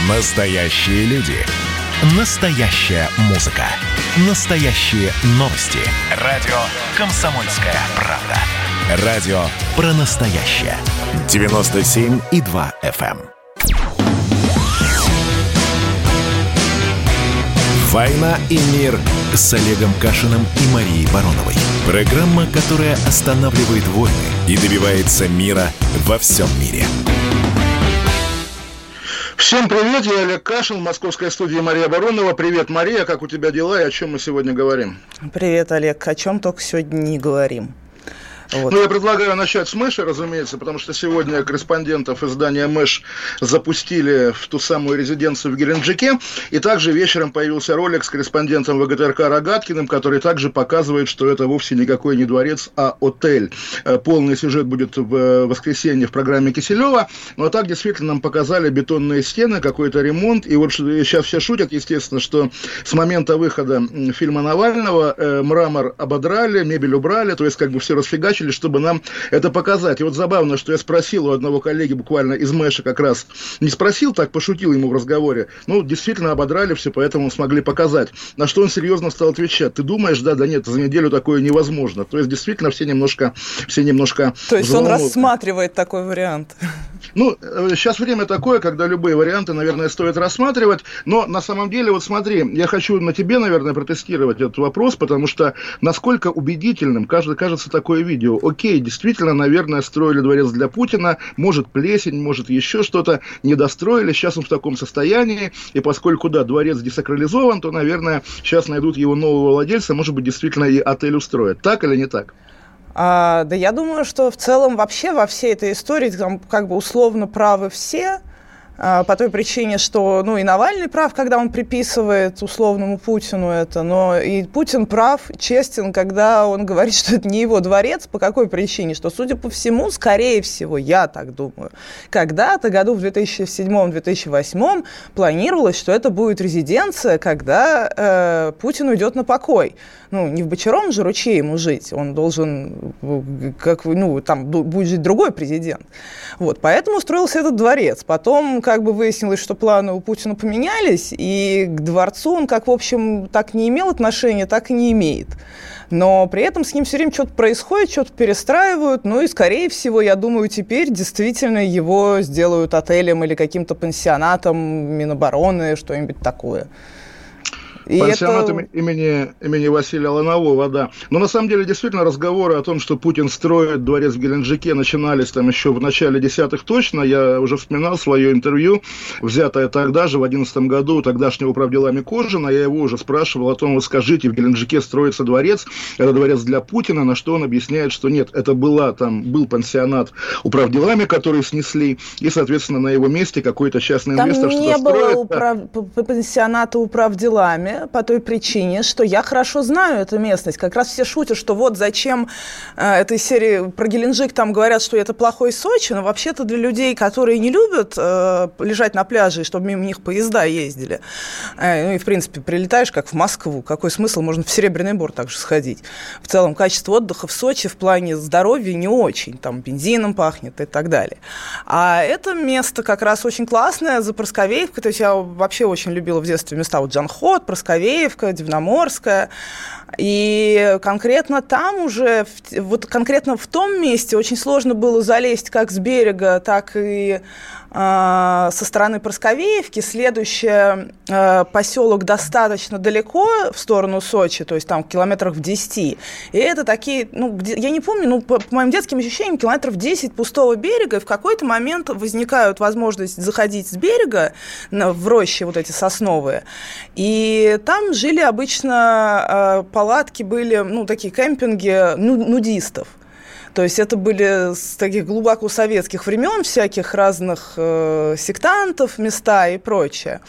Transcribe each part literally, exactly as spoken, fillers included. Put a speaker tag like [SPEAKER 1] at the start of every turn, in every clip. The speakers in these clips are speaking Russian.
[SPEAKER 1] Настоящие люди. Настоящая музыка. Настоящие новости. Радио «Комсомольская правда». Радио про настоящее. девяносто семь и два эф эм. «Война и мир» с Олегом Кашиным и Марией Бароновой. Программа, которая останавливает войны и добивается мира во всем мире.
[SPEAKER 2] Всем привет, я Олег Кашин, в московской студии Мария Баронова. Привет, Мария, как у тебя дела и о чем мы сегодня говорим?
[SPEAKER 3] Привет, Олег, о чем только сегодня не говорим. Вот.
[SPEAKER 2] Ну, я предлагаю начать с Мэша, разумеется, потому что сегодня корреспондентов издания Мэш запустили в ту самую резиденцию в Геленджике, и также вечером появился ролик с корреспондентом вэ гэ тэ эр ка Рогаткиным, который также показывает, что это вовсе никакой не дворец, а отель. Полный сюжет будет в воскресенье в программе Киселева, но так действительно нам показали бетонные стены, какой-то ремонт, и вот сейчас все шутят, естественно, что с момента выхода фильма Навального мрамор ободрали, мебель убрали, то есть как бы все расфигачили, чтобы нам это показать. И вот забавно, что я спросил у одного коллеги буквально из Мэша как раз, не спросил, так пошутил ему в разговоре, ну, действительно ободрали все, поэтому смогли показать. На что он серьезно стал отвечать: ты думаешь, да, да нет, за неделю такое невозможно. То есть действительно все немножко все немножко
[SPEAKER 3] То есть он рассматривает такой вариант.
[SPEAKER 2] Ну, сейчас время такое, когда любые варианты, наверное, стоит рассматривать, но на самом деле, вот смотри, я хочу на тебе, наверное, протестировать этот вопрос, потому что насколько убедительным кажется такое видео. Окей, действительно, наверное, строили дворец для Путина, может плесень, может еще что-то, не достроили, сейчас он в таком состоянии, и поскольку, да, дворец десакрализован, то, наверное, сейчас найдут его нового владельца, может быть, действительно и отель устроят. Так или не так?
[SPEAKER 3] А, да я думаю, что в целом вообще во всей этой истории там как бы условно правы все, а, по той причине, что ну, и Навальный прав, когда он приписывает условному Путину это, но и Путин прав, честен, когда он говорит, что это не его дворец. По какой причине? Что, судя по всему, скорее всего, я так думаю, когда-то году в две тысячи седьмом - две тысячи восьмом планировалось, что это будет резиденция, когда э, Путин уйдет на покой. Ну, не в Бочаром же ручье ему жить, он должен, как, ну, там будет жить другой президент. Вот, поэтому строился этот дворец. Потом, как бы выяснилось, что планы у Путина поменялись, и к дворцу он, как, в общем, так не имел отношения, так и не имеет. Но при этом с ним все время что-то происходит, что-то перестраивают, ну и, скорее всего, я думаю, теперь действительно его сделают отелем или каким-то пансионатом Минобороны, что-нибудь такое. И
[SPEAKER 2] Пансионат
[SPEAKER 3] это...
[SPEAKER 2] имени, имени Василия Ланового, да. Но на самом деле действительно разговоры о том, что Путин строит дворец в Геленджике, начинались там еще в начале десятых точно. Я уже вспоминал свое интервью, взятое тогда же, в одиннадцатом году, у тогдашнего управделами Кожина. Я его уже спрашивал о том, вот скажите, в Геленджике строится дворец, это дворец для Путина, на что он объясняет, что нет, это была, там был пансионат управделами, который снесли, и, соответственно, на его месте какой-то частный
[SPEAKER 3] там
[SPEAKER 2] инвестор что-то
[SPEAKER 3] строит. Там не было
[SPEAKER 2] управ...
[SPEAKER 3] пансионата управделами, по той причине, что я хорошо знаю эту местность. Как раз все шутят, что вот зачем э, этой серии про Геленджик там говорят, что это плохой Сочи, но вообще-то для людей, которые не любят э, лежать на пляже, и чтобы мимо них поезда ездили, э, ну и, в принципе, прилетаешь как в Москву, какой смысл, можно в Серебряный Бор также сходить. В целом, качество отдыха в Сочи в плане здоровья не очень, там бензином пахнет и так далее. А это место как раз очень классное, за Просковеевкой, то есть я вообще очень любила в детстве места, вот Джанхот, Просковеевка, Дивноморская, и конкретно там уже, вот конкретно в том месте очень сложно было залезть как с берега, так и э, со стороны Просковеевки. Следующий э, поселок достаточно далеко в сторону Сочи, то есть там в километрах в десяти, и это такие, ну, где, я не помню, ну, по, по моим детским ощущениям, километров десять пустого берега, и в какой-то момент возникают возможность заходить с берега на, в рощи вот эти сосновые, и там жили обычно, э, палатки были, ну, такие кемпинги ну, нудистов. То есть это были с таких глубоко советских времен, всяких разных э, сектантов места и прочее.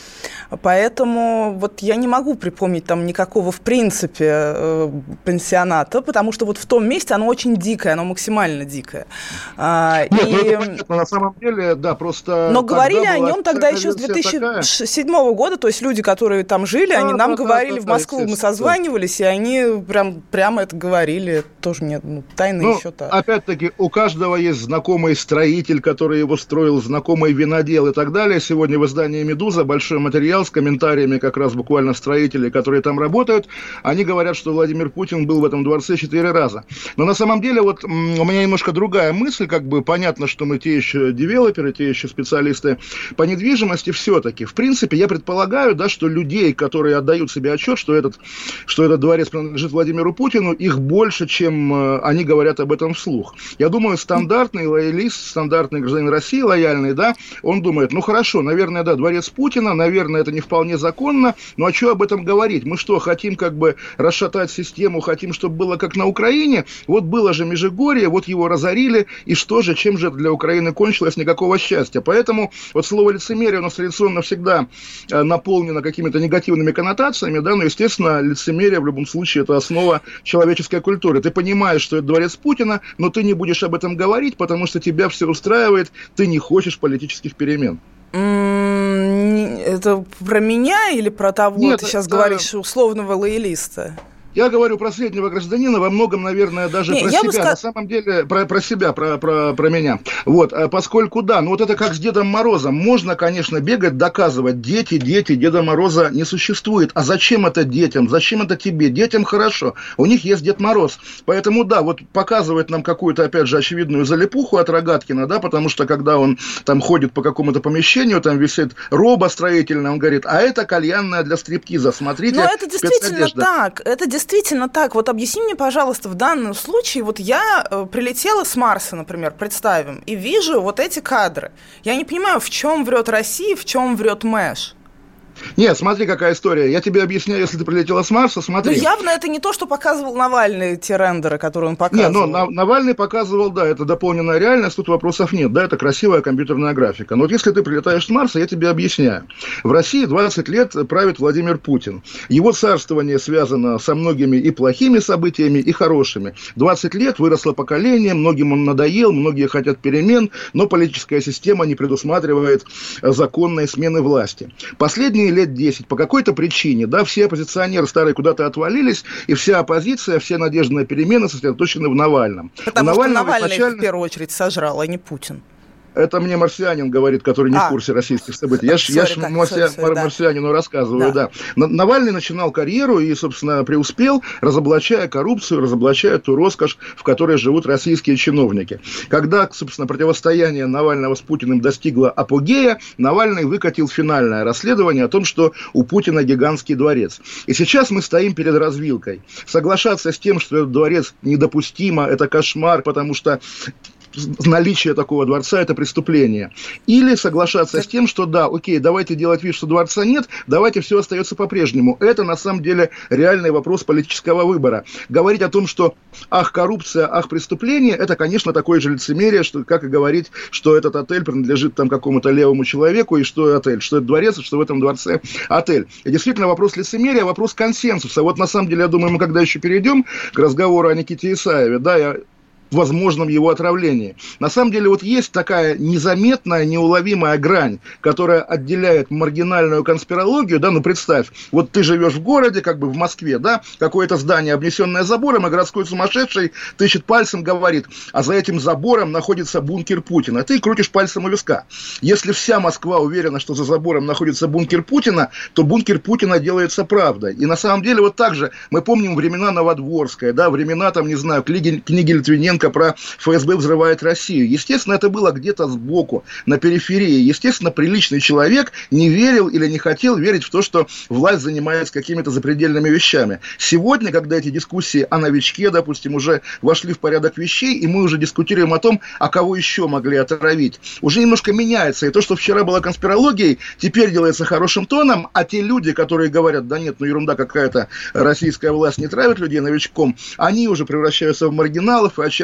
[SPEAKER 3] Поэтому вот я не могу припомнить там никакого, в принципе, э, пансионата, потому что вот в том месте оно очень дикое, оно максимально дикое. А,
[SPEAKER 2] Нет,
[SPEAKER 3] и...
[SPEAKER 2] ну это понятно, на самом деле, да, просто...
[SPEAKER 3] Но говорили о нем тогда еще с две тысячи седьмого года, то есть люди, которые там жили, да, они нам да, говорили, да, да, в Москву мы созванивались, да. И они прям, прямо это говорили, тоже нет, ну, тайны ну, еще так.
[SPEAKER 2] Опять-таки, у каждого есть знакомый строитель, который его строил, знакомый винодел и так далее. Сегодня в издании «Медуза» большой материал с комментариями как раз буквально строителей, которые там работают. Они говорят, что Владимир Путин был в этом дворце четыре раза. Но на самом деле вот у меня немножко другая мысль, как бы понятно, что мы те еще девелоперы, те еще специалисты по недвижимости все-таки. В принципе, я предполагаю, да, что людей, которые отдают себе отчет, что этот, что этот дворец принадлежит Владимиру Путину, их больше, чем они говорят об этом вслух. Я думаю, стандартный лоялист, стандартный гражданин России, лояльный, да, он думает, ну хорошо, наверное, да, дворец Путина, наверное, это не вполне законно, но а что об этом говорить? Мы что, хотим как бы расшатать систему, хотим, чтобы было как на Украине? Вот было же Межигорье, вот его разорили, и что же, чем же это для Украины кончилось? Никакого счастья. Поэтому вот слово лицемерие у нас традиционно всегда э, наполнено какими-то негативными коннотациями, да, но, естественно, лицемерие в любом случае это основа человеческой культуры. Ты понимаешь, что это дворец Путина, но ты не будешь об этом говорить, потому что тебя все устраивает, ты не хочешь политических перемен.
[SPEAKER 3] Это про меня или про того,
[SPEAKER 2] Нет,
[SPEAKER 3] ты сейчас
[SPEAKER 2] это...
[SPEAKER 3] говоришь, условного лоялиста?
[SPEAKER 2] Я говорю про среднего гражданина, во многом, наверное, даже не, про себя. Ска... На самом деле, про, про себя, про, про, про меня. Вот, поскольку, да, ну вот это как с Дедом Морозом. Можно, конечно, бегать, доказывать, дети, дети, Деда Мороза не существует. А зачем это детям? Зачем это тебе? Детям хорошо. У них есть Дед Мороз. Поэтому, да, вот показывает нам какую-то, опять же, очевидную залипуху от Рогаткина, да, потому что, когда он там ходит по какому-то помещению, там висит роба строительная, он говорит, а это кальянная для стриптиза, смотрите,
[SPEAKER 3] но это действительно так, это действительно Действительно так. Вот объясни мне, пожалуйста, в данном случае, вот я э, прилетела с Марса, например, представим, и вижу вот эти кадры. Я не понимаю, в чем врет Россия, в чем врет Мэш.
[SPEAKER 2] Нет, смотри, какая история. Я тебе объясняю, если ты прилетела с Марса, смотри.
[SPEAKER 3] Ну, явно это не то, что показывал Навальный, те рендеры, которые он показывал.
[SPEAKER 2] Нет, но Навальный показывал, да, это дополненная реальность, тут вопросов нет, да, это красивая компьютерная графика. Но вот если ты прилетаешь с Марса, я тебе объясняю. В России двадцать лет правит Владимир Путин. Его царствование связано со многими и плохими событиями, и хорошими. двадцать лет выросло поколение, многим он надоел, многие хотят перемен, но политическая система не предусматривает законной смены власти. Последние лет десять по какой-то причине, да, все оппозиционеры старые куда-то отвалились, и вся оппозиция, все надежды на перемены сосредоточены в Навальном.
[SPEAKER 3] Потому что Навальный изначально... в первую очередь сожрал, а не Путин.
[SPEAKER 2] Это мне марсианин говорит, который не а. в курсе российских событий. Я ж, я ж марси... sorry, да. марсианину рассказываю, да. да. Навальный начинал карьеру и, собственно, преуспел, разоблачая коррупцию, разоблачая ту роскошь, в которой живут российские чиновники. Когда, собственно, противостояние Навального с Путиным достигло апогея, Навальный выкатил финальное расследование о том, что у Путина гигантский дворец. И сейчас мы стоим перед развилкой. Соглашаться с тем, что этот дворец недопустимо, это кошмар, потому что наличие такого дворца – это преступление. Или соглашаться с тем, что да, окей, давайте делать вид, что дворца нет, давайте все остается по-прежнему. Это, на самом деле, реальный вопрос политического выбора. Говорить о том, что ах, коррупция, ах, преступление – это, конечно, такое же лицемерие, что, как и говорить, что этот отель принадлежит там какому-то левому человеку, и что отель, что это дворец, и что в этом дворце отель. И действительно, вопрос лицемерия, вопрос консенсуса. Вот, на самом деле, я думаю, мы когда еще перейдем к разговору о Никите Исаеве, да, я... возможном его отравлении. На самом деле вот есть такая незаметная, неуловимая грань, которая отделяет маргинальную конспирологию, да, ну представь, вот ты живешь в городе, как бы в Москве, да, какое-то здание, обнесенное забором, и городской сумасшедший тычет пальцем, говорит, а за этим забором находится бункер Путина. Ты крутишь пальцем у виска. Если вся Москва уверена, что за забором находится бункер Путина, то бункер Путина делается правдой. И на самом деле вот так же мы помним времена Новодворская, да, времена, там, не знаю, книги, книги Литвиненко про ФСБ взрывает Россию. Естественно, это было где-то сбоку, на периферии. Естественно, приличный человек не верил или не хотел верить в то, что власть занимается какими-то запредельными вещами. Сегодня, когда эти дискуссии о новичке, допустим, уже вошли в порядок вещей, и мы уже дискутируем о том, а кого еще могли отравить, уже немножко меняется. И то, что вчера было конспирологией, теперь делается хорошим тоном, а те люди, которые говорят, да нет, ну ерунда какая-то, российская власть не травит людей новичком, они уже превращаются в маргиналов, и отчасти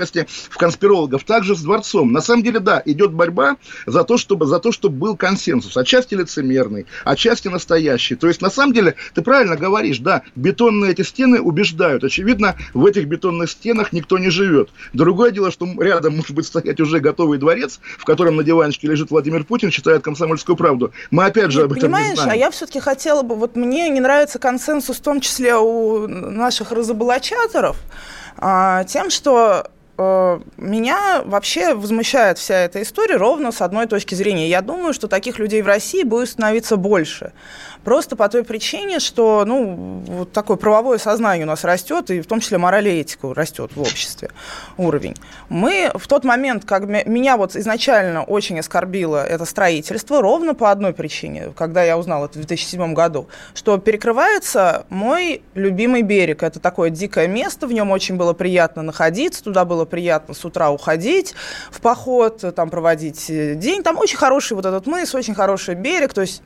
[SPEAKER 2] отчасти в конспирологов. Также с дворцом. На самом деле, да, идет борьба за то, чтобы, за то, чтобы был консенсус. Отчасти лицемерный, отчасти настоящий. То есть, на самом деле, ты правильно говоришь, да, бетонные эти стены убеждают. Очевидно, в этих бетонных стенах никто не живет. Другое дело, что рядом может быть стоять уже готовый дворец, в котором на диванчике лежит Владимир Путин, читает «Комсомольскую правду». Мы опять же Нет, об этом
[SPEAKER 3] понимаешь,
[SPEAKER 2] не знаем.
[SPEAKER 3] А я все-таки хотела бы, вот мне не нравится консенсус, в том числе у наших разоблачаторов, а, тем, что а, меня вообще возмущает вся эта история ровно с одной точки зрения. Я думаю, что таких людей в России будет становиться больше. Просто по той причине, что ну, вот такое правовое сознание у нас растет, и в том числе мораль и этика растет в обществе, уровень. Мы в тот момент, как меня вот изначально очень оскорбило это строительство, ровно по одной причине, когда я узнала это в две тысячи седьмом году, что перекрывается мой любимый берег. Это такое дикое место, в нем очень было приятно находиться, туда было приятно с утра уходить в поход, там проводить день. Там очень хороший вот этот мыс, очень хороший берег, то есть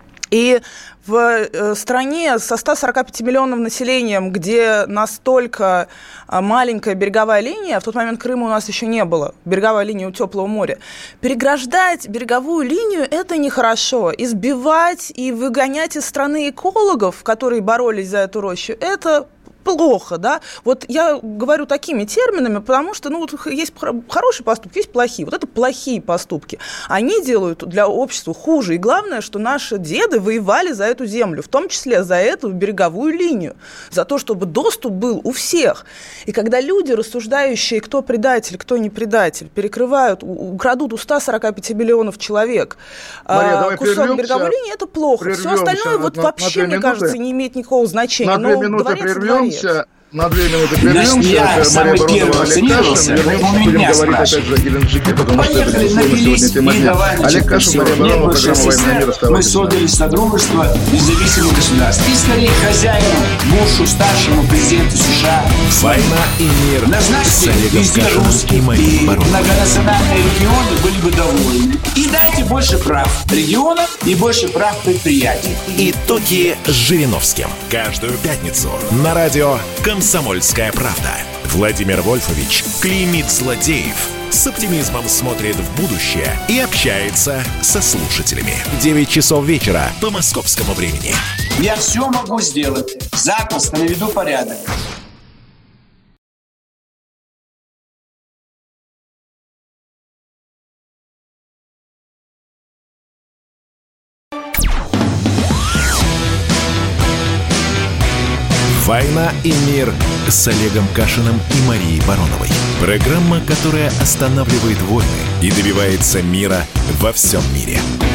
[SPEAKER 3] и в стране со ста сорока пятью миллионным населением, где настолько маленькая береговая линия, а в тот момент Крыма у нас еще не было, береговая линия у теплого моря, переграждать береговую линию – это нехорошо. Избивать и выгонять из страны экологов, которые боролись за эту рощу, это плохо, да? Вот я говорю такими терминами, потому что, ну, вот есть хорошие поступки, есть плохие. Вот это плохие поступки. Они делают для общества хуже. И главное, что наши деды воевали за эту землю, в том числе за эту береговую линию, за то, чтобы доступ был у всех. И когда люди, рассуждающие, кто предатель, кто не предатель, перекрывают, украдут у ста сорока пяти миллионов человек
[SPEAKER 2] Мария,
[SPEAKER 3] кусок береговой линии, это плохо. Все остальное вот на, вообще, на мне минуты. кажется, не имеет никакого значения.
[SPEAKER 2] На две
[SPEAKER 3] Но
[SPEAKER 2] минуты прервемся. На две минуты
[SPEAKER 4] прервемся.
[SPEAKER 2] Я это самый первый вакцинировался, поэтому меня спрашивают. Будем говорить опять же о Геленджике, потому что это, безусловно, сегодня тема дня. Олег Кашин, Мария Баронова, программа «Война и мир».
[SPEAKER 4] Мы создали Содружество независимых государств. И скорее хозяину, Бушу, старшему президенту США.
[SPEAKER 1] «Война и мир» с Олегом Кашиным и Марией Бароновой.
[SPEAKER 4] Многонациональные регионы были бы довольны. И дайте больше прав регионам и больше прав предприятий.
[SPEAKER 1] Итоги с Жириновским. Каждую пятницу на радио «Комсомольская правда». Владимир Вольфович клеймит злодеев, с оптимизмом смотрит в будущее и общается со слушателями. девять часов вечера по московскому времени.
[SPEAKER 4] Я все могу сделать. Запросто наведу порядок.
[SPEAKER 1] «Война и мир» с Олегом Кашиным и Марией Бароновой. Программа, которая останавливает войны и добивается мира во всем мире.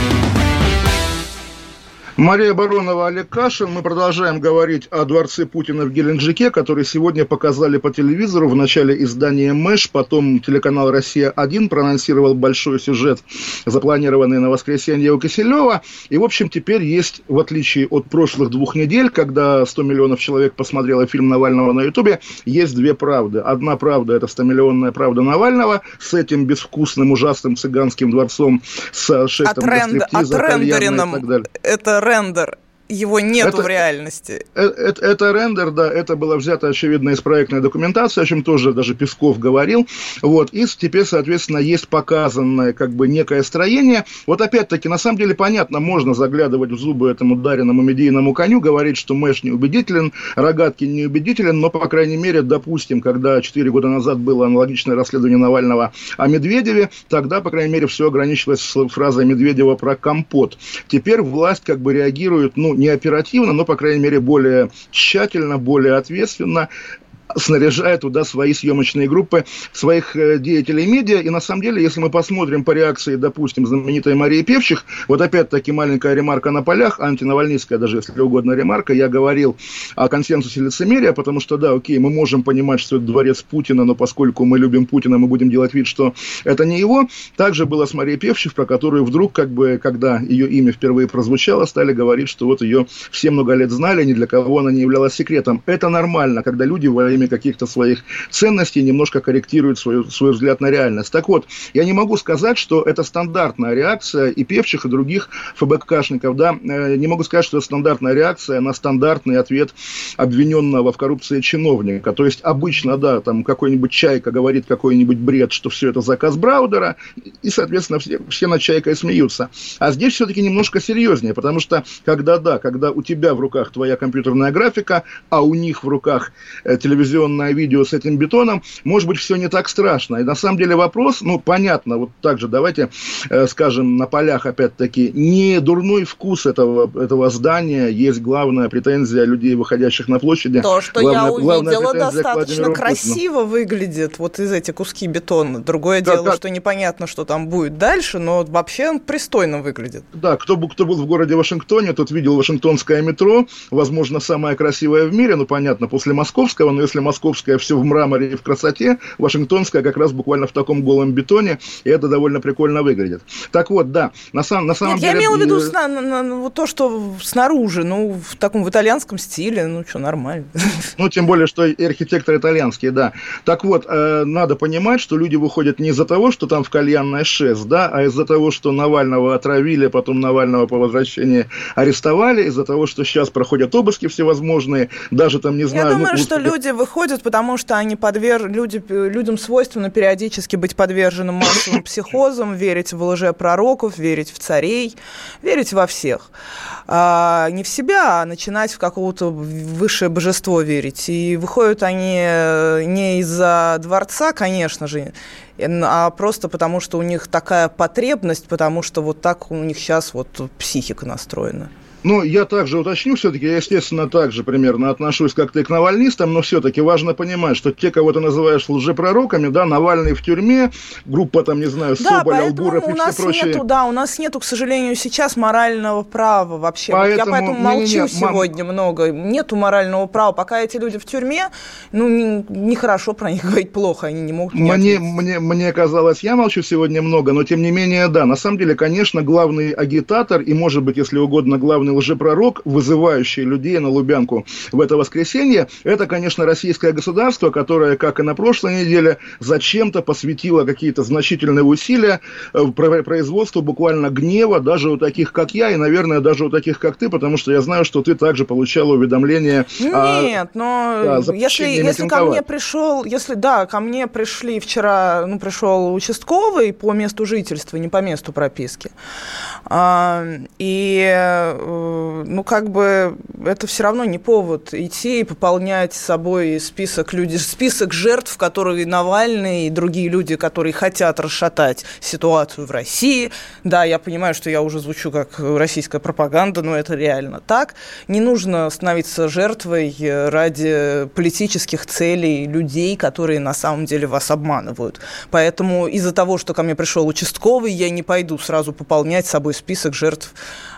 [SPEAKER 2] Мария Баронова, Олег Кашин. Мы продолжаем говорить о дворце Путина в Геленджике, который сегодня показали по телевизору. В начале издания «Мэш», потом телеканал «Россия-один» проанонсировал большой сюжет, запланированный на воскресенье у Киселева. И, в общем, теперь есть, в отличие от прошлых двух недель, когда сто миллионов человек посмотрело фильм Навального на Ютубе, есть две правды. Одна правда – это стомиллионная правда Навального с этим безвкусным, ужасным цыганским дворцом, с шестом стриптиза, кальяна и так далее.
[SPEAKER 3] Это рендер. Его нету это, в реальности.
[SPEAKER 2] Это, это, это рендер, да, это было взято, очевидно, из проектной документации, о чем тоже даже Песков говорил. Вот, и теперь, соответственно, есть показанное как бы некое строение. Вот опять-таки, на самом деле, понятно, можно заглядывать в зубы этому дареному медийному коню, говорить, что Мэш неубедителен, Рогаткин неубедителен, но, по крайней мере, допустим, когда четыре года назад было аналогичное расследование Навального о Медведеве, тогда, по крайней мере, все ограничивалось фразой Медведева про компот. Теперь власть как бы реагирует, ну, не оперативно, но, по крайней мере, более тщательно, более ответственно, снаряжая туда свои съемочные группы, своих э, деятелей медиа. И на самом деле, если мы посмотрим по реакции, допустим, знаменитой Марии Певчих, вот опять-таки маленькая ремарка на полях, антинавальнистская даже, если угодно, ремарка, я говорил о консенсусе лицемерия, потому что, да, окей, мы можем понимать, что это дворец Путина, но поскольку мы любим Путина, мы будем делать вид, что это не его. Также было с Марией Певчих, про которую вдруг, как бы, когда ее имя впервые прозвучало, стали говорить, что вот ее все много лет знали, ни для кого она не являлась секретом. Это нормально, когда люди во имя призме каких-то своих ценностей немножко корректирует свой, свой взгляд на реальность. Так вот, я не могу сказать, что это стандартная реакция и Певчих, и других ФБКшников, да, не могу сказать, что это стандартная реакция на стандартный ответ обвиненного в коррупции чиновника. То есть обычно, да, там какой-нибудь Чайка говорит какой-нибудь бред, что все это заказ Браудера, и, соответственно, все, все над Чайкой смеются. А здесь все-таки немножко серьезнее, потому что, когда, да, когда у тебя в руках твоя компьютерная графика, а у них в руках э, телевизионное видео с этим бетоном, может быть, все не так страшно. И на самом деле вопрос, ну, понятно, вот так же давайте э, скажем на полях, опять-таки, не дурной вкус этого, этого здания, есть главная претензия людей, выходящих на площади.
[SPEAKER 3] То, что
[SPEAKER 2] главная,
[SPEAKER 3] я увидела, достаточно красиво выглядит, вот из этих куски бетона. Другое да, дело, да. что непонятно, что там будет дальше, но вообще он пристойно выглядит.
[SPEAKER 2] Да, кто, кто был в городе Вашингтоне, тот видел Вашингтонское метро, возможно, самое красивое в мире, ну, понятно, после московского, но если московское все в мраморе и в красоте, Вашингтонское как раз буквально в таком голом бетоне, и это довольно прикольно выглядит. Так вот, да, на, сам, на самом
[SPEAKER 3] Нет,
[SPEAKER 2] деле...
[SPEAKER 3] я имела в виду на, на, на, вот то, что снаружи, ну, в таком в итальянском стиле, ну, что, нормально.
[SPEAKER 2] Ну, тем более, что и архитекторы итальянские, да. Так вот, э, надо понимать, что люди выходят не из-за того, что там в кальянной шест, да, а из-за того, что Навального отравили, потом Навального по возвращении арестовали, из-за того, что сейчас проходят обыски всевозможные, даже там, не знаю...
[SPEAKER 3] Я думаю,
[SPEAKER 2] ну,
[SPEAKER 3] что люди выходят, потому что они подвер... люди... людям свойственно периодически быть подверженным массовым психозам, верить в лжепророков, верить в царей, верить во всех. А не в себя, а начинать в какое-то высшее божество верить. И выходят они не из-за дворца, конечно же, а просто потому, что у них такая потребность, потому что вот так у них сейчас вот психика настроена.
[SPEAKER 2] Ну, я также уточню, все-таки я, естественно, также примерно отношусь как-то и к навальнистам, но все-таки важно понимать, что те, кого ты называешь лжепророками, да, Навальный в тюрьме, группа там, не знаю,
[SPEAKER 3] да,
[SPEAKER 2] Соболь, Албуров и все прочие.
[SPEAKER 3] Нету, да, у нас нету, к сожалению, сейчас морального права вообще.
[SPEAKER 2] Поэтому,
[SPEAKER 3] я поэтому молчу не, не, не, сегодня мам... много. Нету морального права. Пока эти люди в тюрьме, ну, нехорошо не про них говорить плохо, они не могут не
[SPEAKER 2] мне, мне, мне казалось, я молчу сегодня много, но тем не менее, да, на самом деле, конечно, главный агитатор и, может быть, если угодно, главный лжепророк, вызывающий людей на Лубянку в это воскресенье, это, конечно, российское государство, которое, как и на прошлой неделе, зачем-то посвятило какие-то значительные усилия в производству буквально гнева, даже у таких, как я, и, наверное, даже у таких, как ты, потому что я знаю, что ты также получала уведомления.
[SPEAKER 3] Нет, о, но да, если, если ко мне пришел, если, да, ко мне пришли вчера, ну, пришел участковый по месту жительства, не по месту прописки, и ну, как бы, это все равно не повод идти и пополнять с собой список людей, список жертв, которые Навальный и другие люди, которые хотят расшатать ситуацию в России. Да, я понимаю, что я уже звучу как российская пропаганда, но это реально так. Не нужно становиться жертвой ради политических целей людей, которые на самом деле вас обманывают. Поэтому из-за того, что ко мне пришел участковый, я не пойду сразу пополнять с собой список жертв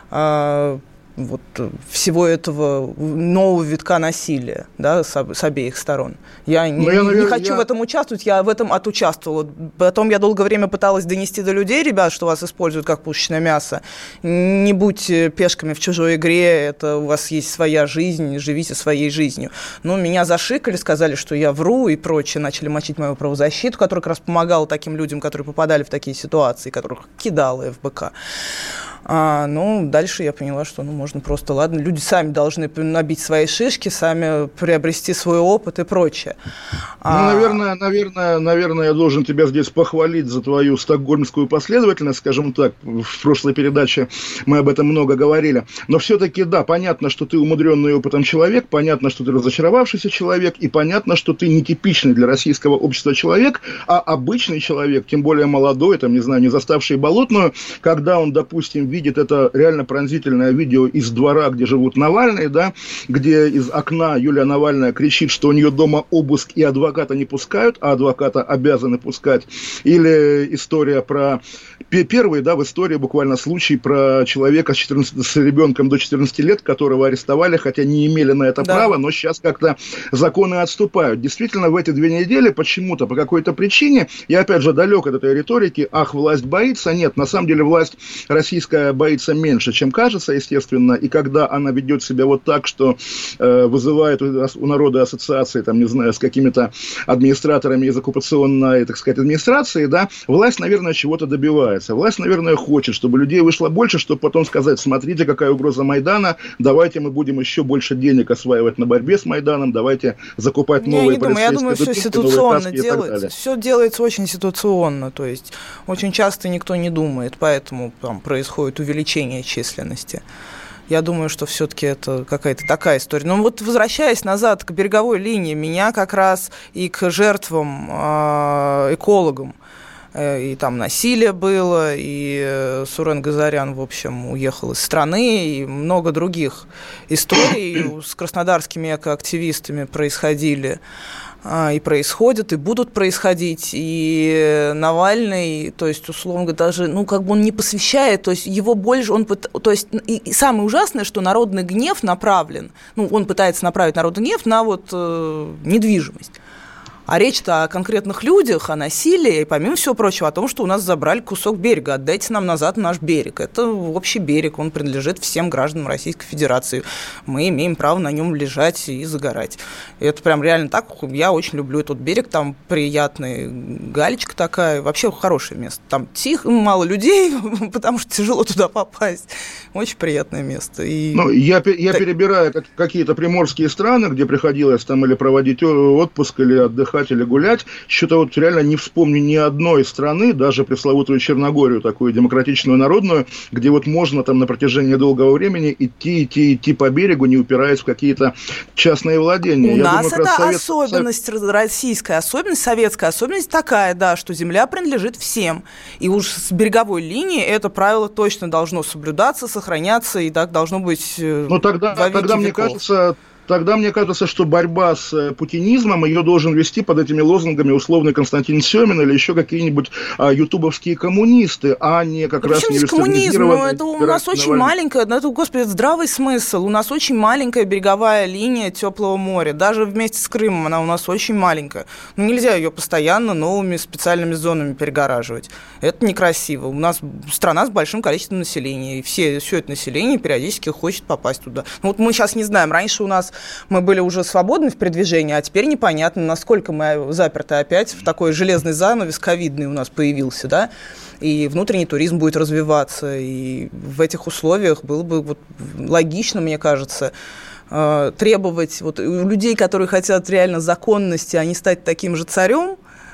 [SPEAKER 3] вот всего этого нового витка насилия, да, с, с обеих сторон. Я, не, я, наверное, не хочу я... в этом участвовать, я в этом отучаствовала. Потом я долгое время пыталась донести до людей, ребят, что вас используют как пушечное мясо. Не будьте пешками в чужой игре, это у вас есть своя жизнь, живите своей жизнью. Но меня зашикали, сказали, что я вру и прочее, начали мочить мою правозащиту, которая как раз помогала таким людям, которые попадали в такие ситуации, которых кидала эф бэ ка. А, ну, дальше я поняла, что ну, можно просто, ладно, люди сами должны набить свои шишки, сами приобрести свой опыт и прочее.
[SPEAKER 2] Ну, а... наверное, наверное, наверное, я должен тебя здесь похвалить за твою стокгольмскую последовательность, скажем так, в прошлой передаче мы об этом много говорили. Но все-таки, да, понятно, что ты умудренный опытом человек, понятно, что ты разочаровавшийся человек, и понятно, что ты нетипичный для российского общества человек, а обычный человек, тем более молодой, там, не знаю, не заставший болотную, когда он, допустим, видит это реально пронзительное видео из двора, где живут Навальные, да, где из окна Юлия Навальная кричит, что у нее дома обыск и адвоката не пускают, а адвоката обязаны пускать. Или история про... Первый, да, в истории буквально случай про человека с, четырнадцати, с ребенком до четырнадцати лет, которого арестовали, хотя не имели на это да. права, но сейчас как-то законы отступают. Действительно, в эти две недели почему-то, по какой-то причине, я опять же далек от этой риторики, ах, власть боится. Нет, на самом деле власть российская такая боится меньше, чем кажется, естественно, и когда она ведет себя вот так, что э, вызывает у народа ассоциации, там, не знаю, с какими-то администраторами из оккупационной, так сказать, администрации, да, власть, наверное, чего-то добивается. Власть, наверное, хочет, чтобы людей вышло больше, чтобы потом сказать: смотрите, какая угроза Майдана, давайте мы будем еще больше денег осваивать на борьбе с Майданом, давайте закупать новые
[SPEAKER 3] я полицейские. Я думаю, все ситуационно делается. Все делается очень ситуационно, то есть очень часто никто не думает, поэтому там происходит увеличение численности. Я думаю, что все-таки это какая-то такая история. Но вот возвращаясь назад к береговой линии, меня как раз и к жертвам, экологам, и там насилие было, и Сурен Газарян, в общем, уехал из страны, и много других историй с краснодарскими экоактивистами происходили. И происходят, и будут происходить, и Навальный, то есть, условно говоря, даже, ну, как бы он не посвящает, то есть, его больше, он, то есть, и, и самое ужасное, что народный гнев направлен, ну, он пытается направить народный гнев на вот э, недвижимость. А речь-то о конкретных людях, о насилии, и, помимо всего прочего, о том, что у нас забрали кусок берега. Отдайте нам назад наш берег. Это общий берег, он принадлежит всем гражданам Российской Федерации. Мы имеем право на нем лежать и загорать. И это прям реально так. Я очень люблю этот берег, там приятный, галечка такая, вообще хорошее место. Там тихо, мало людей, потому что тяжело туда попасть. Очень приятное место. И...
[SPEAKER 2] Ну, я, я так... перебираю какие-то приморские страны, где приходилось там или проводить отпуск, или отдыхать, или гулять, что-то вот реально не вспомню ни одной страны, даже пресловутую Черногорию, такую демократичную, народную, где вот можно там на протяжении долгого времени идти, идти, идти по берегу, не упираясь в какие-то частные владения.
[SPEAKER 3] У
[SPEAKER 2] Я
[SPEAKER 3] нас
[SPEAKER 2] думаю,
[SPEAKER 3] это
[SPEAKER 2] Совет...
[SPEAKER 3] особенность российская, особенность советская, особенность такая, да, что земля принадлежит всем. И уж с береговой линии это правило точно должно соблюдаться, сохраняться, и так должно быть.
[SPEAKER 2] Ну тогда, тогда мне кажется... Тогда мне кажется, что борьба с путинизмом, ее должен вести под этими лозунгами условный Константин Семин или еще какие-нибудь а, ютубовские коммунисты, а не как
[SPEAKER 3] да
[SPEAKER 2] раз не
[SPEAKER 3] коммунизм, это у нас очень маленькая, это, господи, это здравый смысл. У нас очень маленькая береговая линия теплого моря. Даже вместе с Крымом она у нас очень маленькая. Ну, нельзя ее постоянно новыми специальными зонами перегораживать. Это некрасиво. У нас страна с большим количеством населения, и все, все это население периодически хочет попасть туда. Ну, вот мы сейчас не знаем, раньше у нас мы были уже свободны в передвижении, а теперь непонятно, насколько мы заперты опять в такой железный занавес ковидный у нас появился, да, и внутренний туризм будет развиваться, и в этих условиях было бы вот логично, мне кажется, требовать вот у людей, которые хотят реально законности, а не стать таким же царем.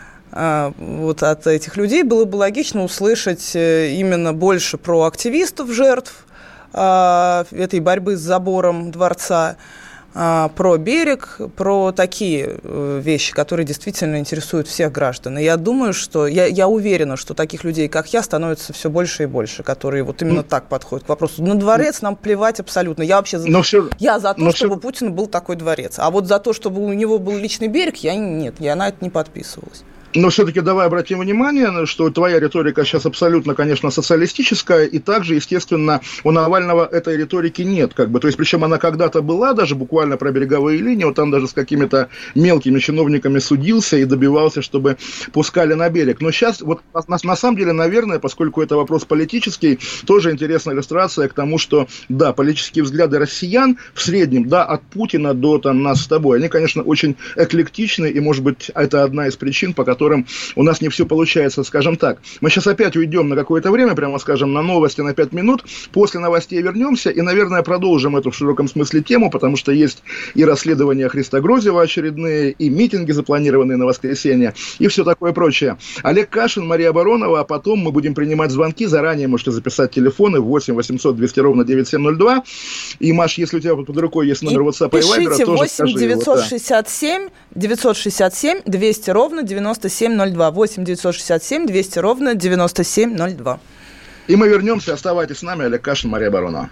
[SPEAKER 3] Вот от этих людей было бы логично услышать именно больше про активистов, жертв этой борьбы с забором дворца, про берег, про такие вещи, которые действительно интересуют всех граждан. И я думаю, что, я, я уверена, что таких людей, как я, становится все больше и больше, которые вот именно так подходят к вопросу. На дворец нам плевать абсолютно. Я вообще за, все, я за то, чтобы все... у Путина был такой дворец. А вот за то, чтобы у него был личный берег, я нет, я на это не подписывалась.
[SPEAKER 2] Но все-таки давай обратим внимание, что твоя риторика сейчас абсолютно, конечно, социалистическая, и также, естественно, у Навального этой риторики нет. Как бы. То есть, причем она когда-то была, даже буквально про береговые линии, вот там даже с какими-то мелкими чиновниками судился и добивался, чтобы пускали на берег. Но сейчас, вот на, на самом деле, наверное, поскольку это вопрос политический, тоже интересная иллюстрация к тому, что, да, политические взгляды россиян в среднем, да, от Путина до там, нас с тобой, они, конечно, очень эклектичны, и, может быть, это одна из причин, по которым у нас не все получается, скажем так. Мы сейчас опять уйдем на какое-то время, прямо скажем, на новости на пять минут. После новостей вернемся и, наверное, продолжим эту в широком смысле тему, потому что есть и расследования Христа Грозева очередные, и митинги, запланированные на воскресенье, и все такое прочее. Олег Кашин, Мария Баронова, а потом мы будем принимать звонки. Заранее можете записать телефоны восемь восемьсот двести ровно девяносто семь ноль два. И, Маш, если у тебя под рукой есть номер WhatsApp и Viber, тоже скажи его.
[SPEAKER 3] девятьсот шестьдесят семь девятьсот шестьдесят семь двести ровно девяносто семь ноль два. восемь девятьсот шестьдесят семь двести ровно девяносто семь ноль два.
[SPEAKER 2] И мы вернемся. Оставайтесь с нами. Олег Кашин, Мария Баронова.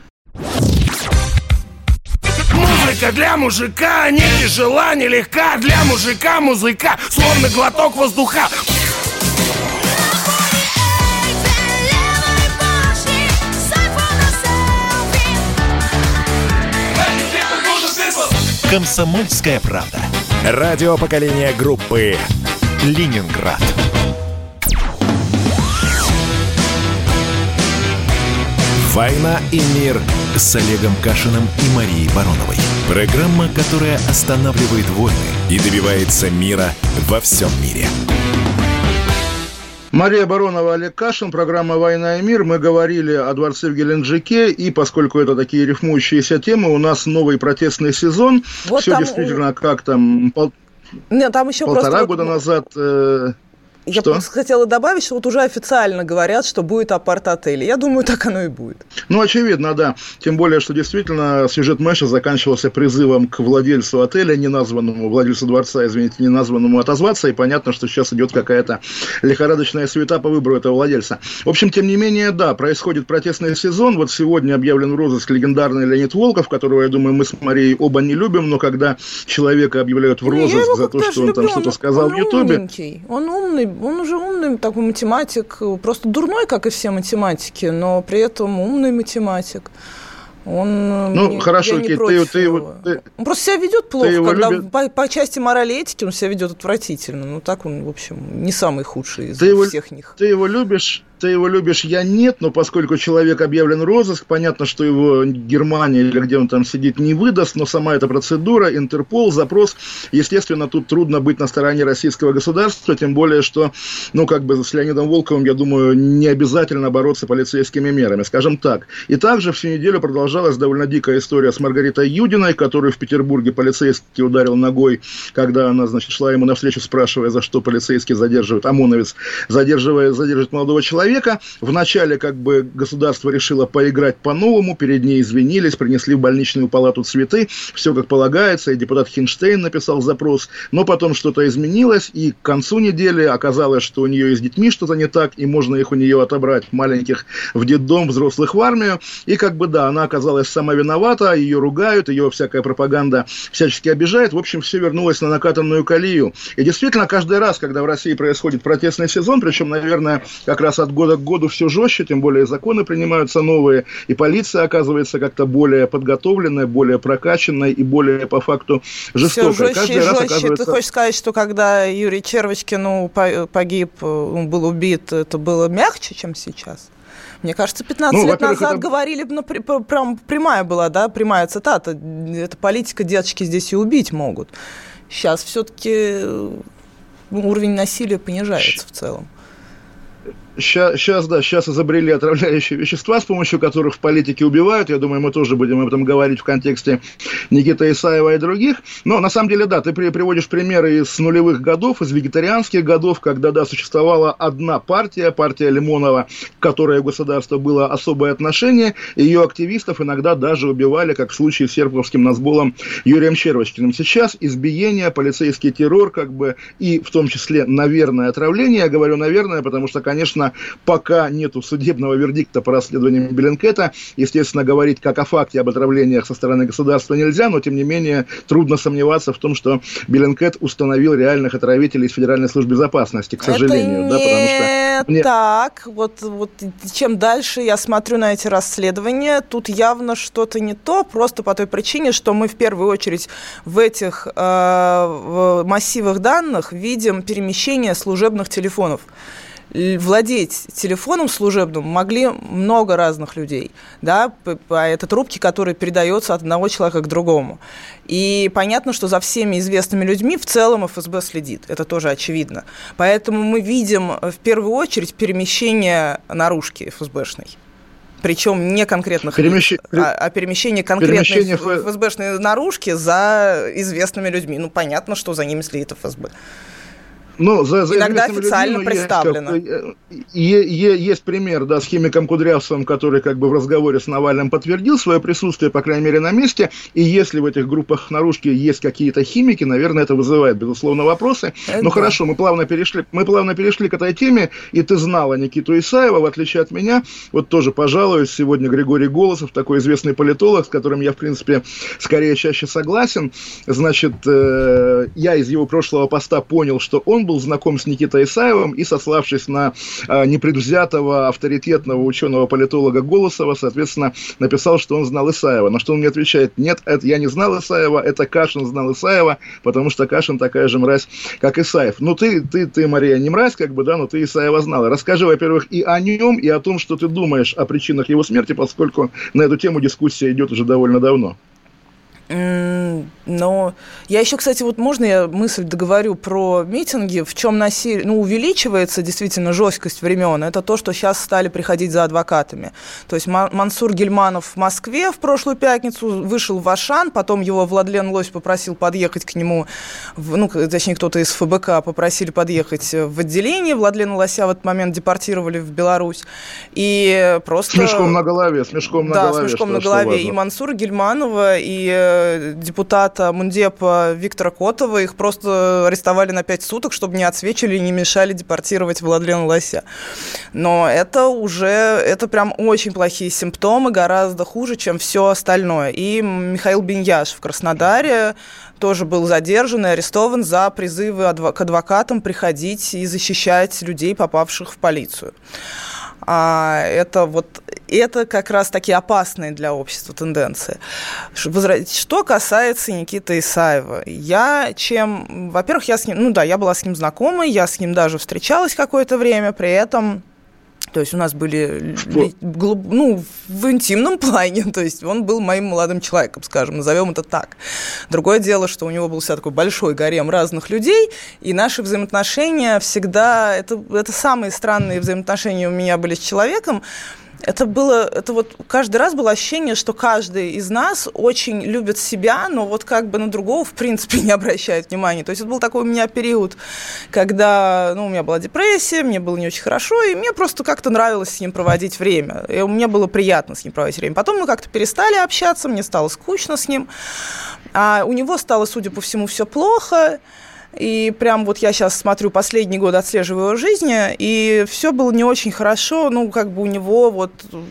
[SPEAKER 5] Музыка для мужика не тяжела, не легка. Для мужика музыка, словно глоток воздуха.
[SPEAKER 1] «Комсомольская правда». Радио поколения группы «Ленинград». «Война и мир» с Олегом Кашиным и Марией Бароновой. Программа, которая останавливает войны и добивается мира во всем мире.
[SPEAKER 2] Мария Баронова, Олег Кашин, программа «Война и мир». Мы говорили о дворце в Геленджике, и поскольку это такие рифмующиеся темы, у нас новый протестный сезон. Вот все там... действительно как там пол... Нет, там еще полтора просто... года назад... Э...
[SPEAKER 3] Я что? просто хотела добавить, что вот уже официально говорят, что будет апарт-отель. Я думаю, так оно и будет.
[SPEAKER 2] Ну, очевидно, да. Тем более, что действительно сюжет Мэша заканчивался призывом к владельцу отеля, не названному, владельцу дворца, извините, не названному, отозваться. И понятно, что сейчас идет какая-то лихорадочная суета по выбору этого владельца. В общем, тем не менее, да, происходит протестный сезон. Вот сегодня объявлен в розыск легендарный Леонид Волков, которого, я думаю, мы с Марией оба не любим, но когда человека объявляют в розыск за то, что он люблю. там что-то сказал он в Ютубе...
[SPEAKER 3] Умненький. Он умный. Он уже умный такой математик, просто дурной, как и все математики, но при этом умный математик. Он,
[SPEAKER 2] ну,
[SPEAKER 3] не,
[SPEAKER 2] хорошо, окей, ты, ты его...
[SPEAKER 3] Ты, он просто себя ведет плохо, когда по, по части морали и этики он себя ведет отвратительно. Ну, так он, в общем, не самый худший из
[SPEAKER 2] ты
[SPEAKER 3] всех
[SPEAKER 2] его,
[SPEAKER 3] них.
[SPEAKER 2] Ты его любишь? Ты его любишь, я нет, но поскольку человек объявлен в розыск, понятно, что его Германия или где он там сидит не выдаст, но сама эта процедура, Интерпол, запрос, естественно, тут трудно быть на стороне российского государства, тем более, что, ну, как бы с Леонидом Волковым, я думаю, не обязательно бороться полицейскими мерами, скажем так. И также всю неделю продолжалась довольно дикая история с Маргаритой Юдиной, которую в Петербурге полицейский ударил ногой, когда она, значит, шла ему навстречу, спрашивая, за что полицейский задерживает, ОМОНовец задерживает, задерживает молодого человека. Вначале как бы государство решило поиграть по-новому, перед ней извинились, принесли в больничную палату цветы, все как полагается, и депутат Хинштейн написал запрос, но потом что-то изменилось, и к концу недели оказалось, что у нее и с детьми что-то не так, и можно их у нее отобрать, маленьких, в детдом, взрослых в армию, и как бы да, она оказалась сама виновата, ее ругают, ее всякая пропаганда всячески обижает, в общем, все вернулось на накатанную колею. И действительно, каждый раз, когда в России происходит протестный сезон, причем, наверное, как раз от года года к году все жестче, тем более законы принимаются новые, и полиция оказывается как-то более подготовленная, более прокачанная и более по факту жестокая.
[SPEAKER 3] Все жестче Каждый и жестче. Оказывается... Ты хочешь сказать, что когда Юрий Червочкин ну, погиб, он был убит, это было мягче, чем сейчас? Мне кажется, пятнадцать ну, лет назад это... говорили, ну, прям прямая была, да, прямая цитата, это политика, деточки здесь и убить могут. Сейчас все-таки уровень насилия понижается в целом.
[SPEAKER 2] Сейчас, сейчас, да, сейчас изобрели отравляющие вещества, с помощью которых в политике убивают. Я думаю, мы тоже будем об этом говорить в контексте Никиты Исаева и других. Но, на самом деле, да, ты приводишь примеры из нулевых годов, из вегетарианских годов, когда, да, существовала одна партия, партия Лимонова, к которой у государства было особое отношение. Ее активистов иногда даже убивали, как в случае с серпуховским насболом Юрием Червочкиным. Сейчас избиение, полицейский террор, как бы, и в том числе, наверное, отравление. Я говорю, наверное, потому что, конечно, пока нету судебного вердикта по расследованию Беллинкета, естественно, говорить как о факте об отравлениях со стороны государства нельзя, но, тем не менее, трудно сомневаться в том, что Беллинкет установил реальных отравителей из Федеральной службы безопасности, к сожалению.
[SPEAKER 3] Это
[SPEAKER 2] да,
[SPEAKER 3] не
[SPEAKER 2] потому что...
[SPEAKER 3] так. Вот, вот чем дальше я смотрю на эти расследования, тут явно что-то не то, просто по той причине, что мы в первую очередь в этих э, в массивах данных видим перемещение служебных телефонов. Владеть телефоном служебным могли много разных людей, да, это трубки, которые передаются от одного человека к другому. И понятно, что за всеми известными людьми в целом эф эс бэ следит, это тоже очевидно. Поэтому мы видим в первую очередь перемещение наружки эф эс бэшной. Причем не конкретных Перемещ... лиц, а, а перемещение конкретной Перемещение... эф эс бэшной наружки за известными людьми. Ну, понятно, что за ними следит эф эс бэ.
[SPEAKER 2] Ну, за, за
[SPEAKER 3] иногда официально людьми, представлено.
[SPEAKER 2] Есть, есть, есть пример, да, с химиком Кудрявцевым, который как бы в разговоре с Навальным подтвердил свое присутствие, по крайней мере, на месте. И если в этих группах наружки есть какие-то химики, наверное, это вызывает, безусловно, вопросы. Это Но да. хорошо, мы плавно, перешли, мы плавно перешли к этой теме, и ты знала Никиту Исаева, в отличие от меня. Вот тоже, пожалуй, сегодня Григорий Голосов, такой известный политолог, с которым я, в принципе, скорее чаще согласен. Значит, э, я из его прошлого поста понял, что он он был знаком с Никитой Исаевым и, сославшись на э, непредвзятого, авторитетного ученого-политолога Голосова, соответственно, написал, что он знал Исаева. На что он мне отвечает: нет, это я не знал Исаева, это Кашин знал Исаева, потому что Кашин такая же мразь, как Исаев. Ну, ты, ты, ты, Мария, не мразь, как бы, да, но ты Исаева знала. Расскажи, во-первых, и о нем, и о том, что ты думаешь о причинах его смерти, поскольку на эту тему дискуссия идет уже довольно давно.
[SPEAKER 3] Но я еще, кстати, вот можно я мысль договорю про митинги, в чем насилие, ну, увеличивается действительно жесткость времен, это то, что сейчас стали приходить за адвокатами. То есть Мансур Гильманов в Москве в прошлую пятницу вышел в Ашан, потом его Владлен Лось попросил подъехать к нему, в, ну, точнее, кто-то из эф бэ ка попросили подъехать в отделение, Владлена Лося в этот момент депортировали в Беларусь, и просто...
[SPEAKER 2] С мешком на голове, с мешком на
[SPEAKER 3] да,
[SPEAKER 2] голове.
[SPEAKER 3] Да, с мешком
[SPEAKER 2] что,
[SPEAKER 3] на голове, и Мансура Гильманова, и депутата Мундепа Виктора Котова, их просто арестовали на пять суток, чтобы не отсвечивали и не мешали депортировать Владлена Лося. Но это уже, это прям очень плохие симптомы, гораздо хуже, чем все остальное. И Михаил Беньяш в Краснодаре тоже был задержан и арестован за призывы адв- к адвокатам приходить и защищать людей, попавших в полицию. А это вот это как раз таки опасные для общества тенденции. Что касается Никиты Исаева, я чем, во-первых, я с ним, ну да, я была с ним знакома, я с ним даже встречалась какое-то время, при этом, то есть у нас были, ну, в интимном плане, то есть он был моим молодым человеком, скажем, назовем это так. Другое дело, что у него был всегда такой большой гарем разных людей, и наши взаимоотношения всегда, это, это самые странные взаимоотношения у меня были с человеком. Это было, это вот каждый раз было ощущение, что каждый из нас очень любит себя, но вот как бы на другого в принципе не обращает внимания. То есть это был такой у меня период, когда, ну, у меня была депрессия, мне было не очень хорошо, и мне просто как-то нравилось с ним проводить время. И мне было приятно с ним проводить время. Потом мы как-то перестали общаться, мне стало скучно с ним. А у него стало, судя по всему, все плохо. И прям вот я сейчас смотрю последний год, отслеживаю его жизни, и все было не очень хорошо, ну, как бы у него вот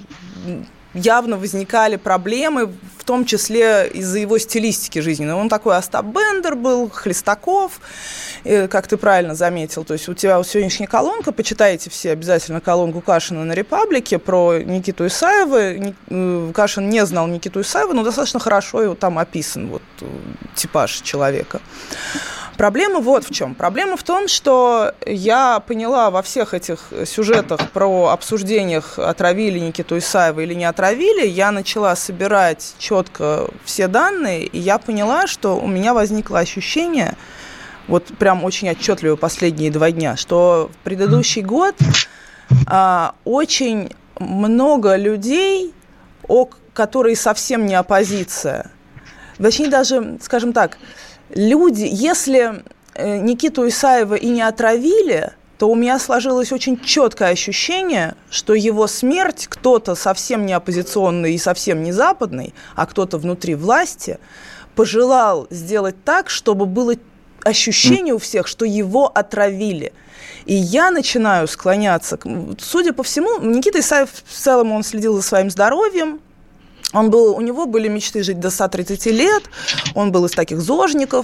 [SPEAKER 3] явно возникали проблемы, в том числе из-за его стилистики жизненной. Он такой Остап Бендер был, Хлестаков, как ты правильно заметил. То есть у тебя вот сегодняшняя колонка, почитайте все обязательно колонку Кашина на «Репаблике» про Никиту Исаева. Кашин не знал Никиту Исаева, но достаточно хорошо его там описан, вот типаж человека. Проблема вот в чем. Проблема в том, что я поняла во всех этих сюжетах про обсуждениях, отравили Никиту Исаева или не отравили, я начала собирать четко все данные, и я поняла, что у меня возникло ощущение, вот прям очень отчетливо последние два дня, что в предыдущий год а, очень много людей, которые совсем не оппозиция, точнее даже, скажем так, люди, если Никиту Исаева и не отравили, то у меня сложилось очень четкое ощущение, что его смерть кто-то совсем не оппозиционный и совсем не западный, а кто-то внутри власти пожелал сделать так, чтобы было ощущение у всех, что его отравили. И я начинаю склоняться, судя по всему, Никита Исаев в целом он следил за своим здоровьем. Он был, у него были мечты жить до ста тридцати лет, он был из таких зожников,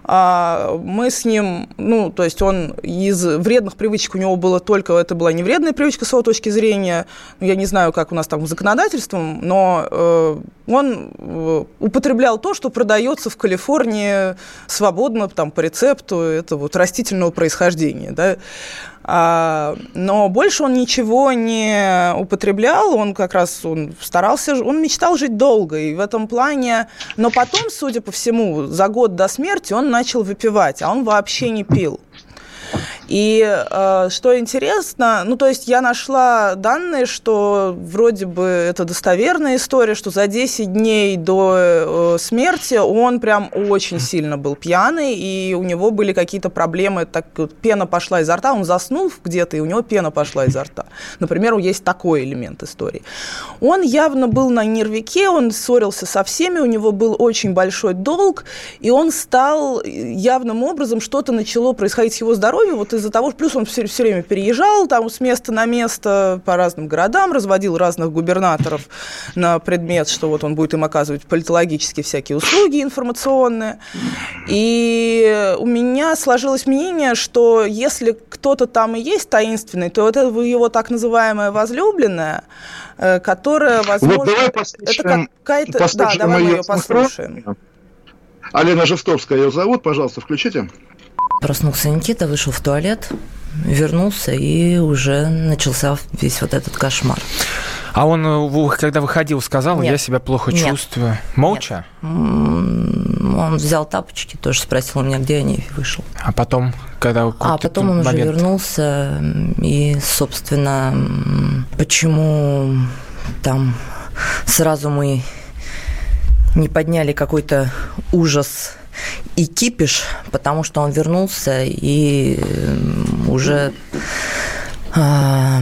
[SPEAKER 3] мы с ним, ну, то есть он из вредных привычек у него было только, это была не вредная привычка с его точки зрения, я не знаю, как у нас там с законодательством, но он употреблял то, что продается в Калифорнии свободно, там, по рецепту, это вот растительного происхождения, да. Но больше он ничего не употреблял, он как раз он старался, он мечтал жить долго, и в этом плане, но потом, судя по всему, за год до смерти он начал выпивать, а он вообще не пил. И э, что интересно, ну, то есть я нашла данные, что вроде бы это достоверная история, что за десять дней до э, смерти он прям очень сильно был пьяный, и у него были какие-то проблемы, так вот, пена пошла изо рта, он заснул где-то, и у него пена пошла изо рта. Например, есть такой элемент истории. Он явно был на нервике, он ссорился со всеми, у него был очень большой долг, и он стал явным образом, что-то начало происходить с его здоровьем, вот из-за того, плюс он все, все время переезжал там с места на место по разным городам, разводил разных губернаторов на предмет, что вот он будет им оказывать политологические всякие услуги информационные. И у меня сложилось мнение, что если кто-то там и есть таинственный, то это его так называемая возлюбленная, которая, возможно, вот давай это какая-то... Да, давай мы ее послушаем.
[SPEAKER 2] Алена Жестовская ее зовут, пожалуйста, включите.
[SPEAKER 6] Проснулся Никита, вышел в туалет, вернулся, и уже начался весь вот этот кошмар.
[SPEAKER 7] А он, когда выходил, сказал, Нет. я себя плохо Нет. чувствую? Молча?
[SPEAKER 6] Нет. Он взял тапочки, тоже спросил у меня, где они, и вышел.
[SPEAKER 7] А потом, когда...
[SPEAKER 6] А потом он момент... уже вернулся, и, собственно, почему там сразу мы не подняли какой-то ужас и кипиш, потому что он вернулся и уже он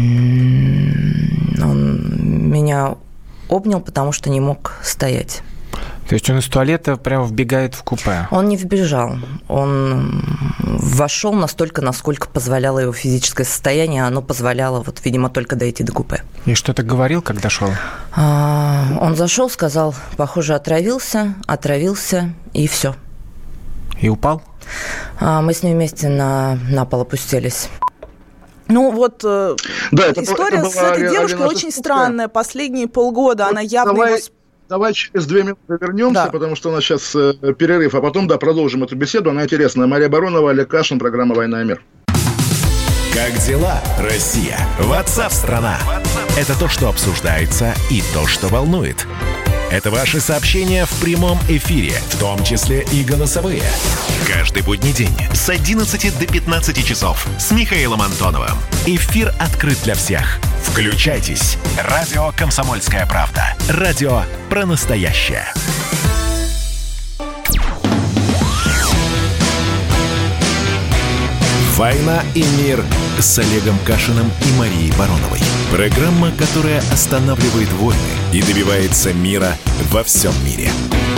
[SPEAKER 6] меня обнял, потому что не мог стоять.
[SPEAKER 7] То есть он из туалета прямо вбегает в купе?
[SPEAKER 6] Он не вбежал. Он вошел настолько, насколько позволяло его физическое состояние. Оно позволяло, вот, видимо, только дойти до купе.
[SPEAKER 7] И что-то говорил, когда шел?
[SPEAKER 6] А, он зашел, сказал, похоже, отравился, отравился, и все.
[SPEAKER 7] И упал?
[SPEAKER 6] А, мы с ним вместе на, на пол опустились.
[SPEAKER 3] Ну вот
[SPEAKER 2] да, это
[SPEAKER 3] история
[SPEAKER 2] это
[SPEAKER 3] с этой
[SPEAKER 2] Алена
[SPEAKER 3] девушкой очень странная. Последние полгода вот она явно...
[SPEAKER 2] Давай...
[SPEAKER 3] его...
[SPEAKER 2] Давай через две минуты вернемся, да. потому что у нас сейчас э, перерыв, а потом, да, продолжим эту беседу. Она интересная. Мария Баронова, Олег Кашин, программа «Война и мир».
[SPEAKER 1] Как дела, Россия? Ватсап-страна! Это то, что обсуждается, и то, что волнует. Это ваши сообщения в прямом эфире, в том числе и голосовые. Каждый будний день с одиннадцати до пятнадцати часов с Михаилом Антоновым. Эфир открыт для всех. Включайтесь. Радио «Комсомольская правда». Радио про настоящее. «Война и мир» с Олегом Кашиным и Марией Бароновой. Программа, которая останавливает войны и добивается мира во всем мире.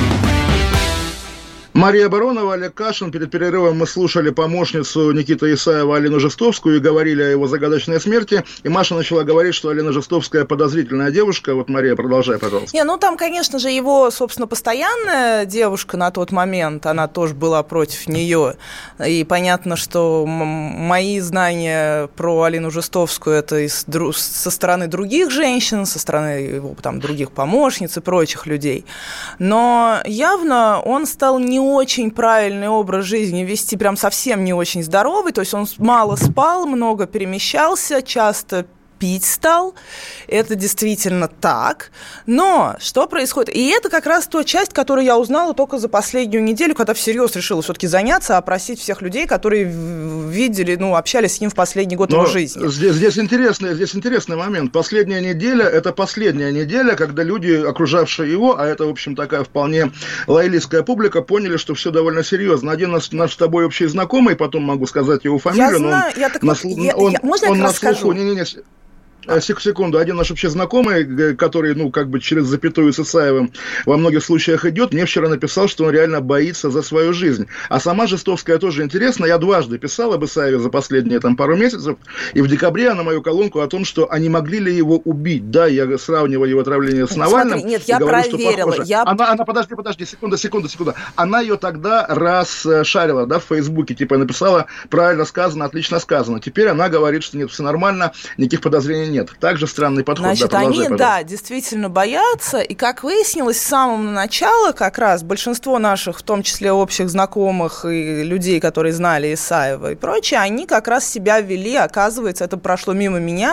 [SPEAKER 2] Мария Баронова, Олег Кашин. Перед перерывом мы слушали помощницу Никиты Исаева Алену Жестовскую и говорили о его загадочной смерти. И Маша начала говорить, что Алена Жестовская подозрительная девушка. Вот, Мария, продолжай, пожалуйста.
[SPEAKER 3] Не, ну там, конечно же, его, собственно, постоянная девушка на тот момент, она тоже была против нее. И понятно, что м- мои знания про Алену Жестовскую это из, дру- со стороны других женщин, со стороны его там других помощниц и прочих людей. Но явно он стал не очень правильный образ жизни вести, прям совсем не очень здоровый, то есть он мало спал, много перемещался, часто пить стал, это действительно так, но что происходит? И это как раз та часть, которую я узнала только за последнюю неделю, когда всерьез решила все-таки заняться, опросить всех людей, которые видели, ну, общались с ним в последний год но его жизни.
[SPEAKER 2] Здесь, здесь, интересный, здесь интересный момент. Последняя неделя, это последняя неделя, когда люди, окружавшие его, а это, в общем, такая вполне лоялистская публика, поняли, что все довольно серьезно. Один наш, наш с тобой общий знакомый, потом могу сказать его фамилию,
[SPEAKER 3] я
[SPEAKER 2] но
[SPEAKER 3] знаю,
[SPEAKER 2] он,
[SPEAKER 3] я так
[SPEAKER 2] на,
[SPEAKER 3] вот, я,
[SPEAKER 2] он,
[SPEAKER 3] я, можно я
[SPEAKER 2] он на
[SPEAKER 3] расскажу?
[SPEAKER 2] слуху, не-не-не, секунду, один наш общий знакомый, который, ну, как бы через запятую с Исаевым во многих случаях идет, мне вчера написал, что он реально боится за свою жизнь. А сама Жестовская тоже интересна. Я дважды писал об Исаеве за последние там пару месяцев, и в декабре на мою колонку о том, что они могли ли его убить. Да, я сравниваю его отравление с Навальным.
[SPEAKER 3] Смотри, нет, я
[SPEAKER 2] говорю,
[SPEAKER 3] проверила. Я...
[SPEAKER 2] Она, она, подожди, подожди, секунда, секунда, секунда. Она ее тогда расшарила, да, в Фейсбуке, типа написала, правильно сказано, отлично сказано. Теперь она говорит, что нет, все нормально, никаких подозрений нет. Также странный подход.
[SPEAKER 3] Значит,
[SPEAKER 2] да,
[SPEAKER 3] они,
[SPEAKER 2] пожалуйста.
[SPEAKER 3] Да, действительно боятся, и, как выяснилось, с самого начала как раз большинство наших, в том числе общих знакомых и людей, которые знали Исаева и прочее, они как раз себя вели, оказывается, это прошло мимо меня,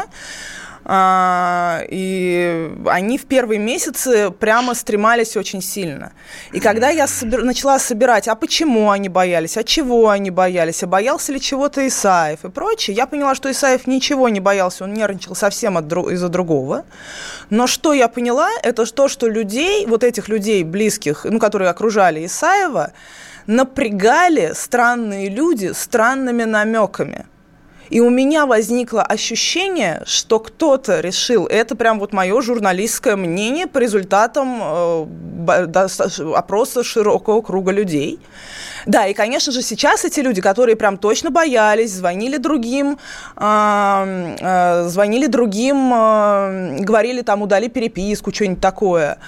[SPEAKER 3] и они в первые месяцы прямо стремались очень сильно. И когда я собер... начала собирать, а почему они боялись, а чего они боялись, а боялся ли чего-то Исаев и прочее, я поняла, что Исаев ничего не боялся, он нервничал совсем от дру... из-за другого. Но что я поняла, это то, что людей, вот этих людей близких, ну, которые окружали Исаева, напрягали странные люди странными намеками. И у меня возникло ощущение, что кто-то решил, это прям вот мое журналистское мнение по результатам э, опроса широкого круга людей, Да, и, конечно же, сейчас эти люди, которые прям точно боялись, звонили другим, э, э, звонили другим, э, говорили там, удали переписку, что-нибудь такое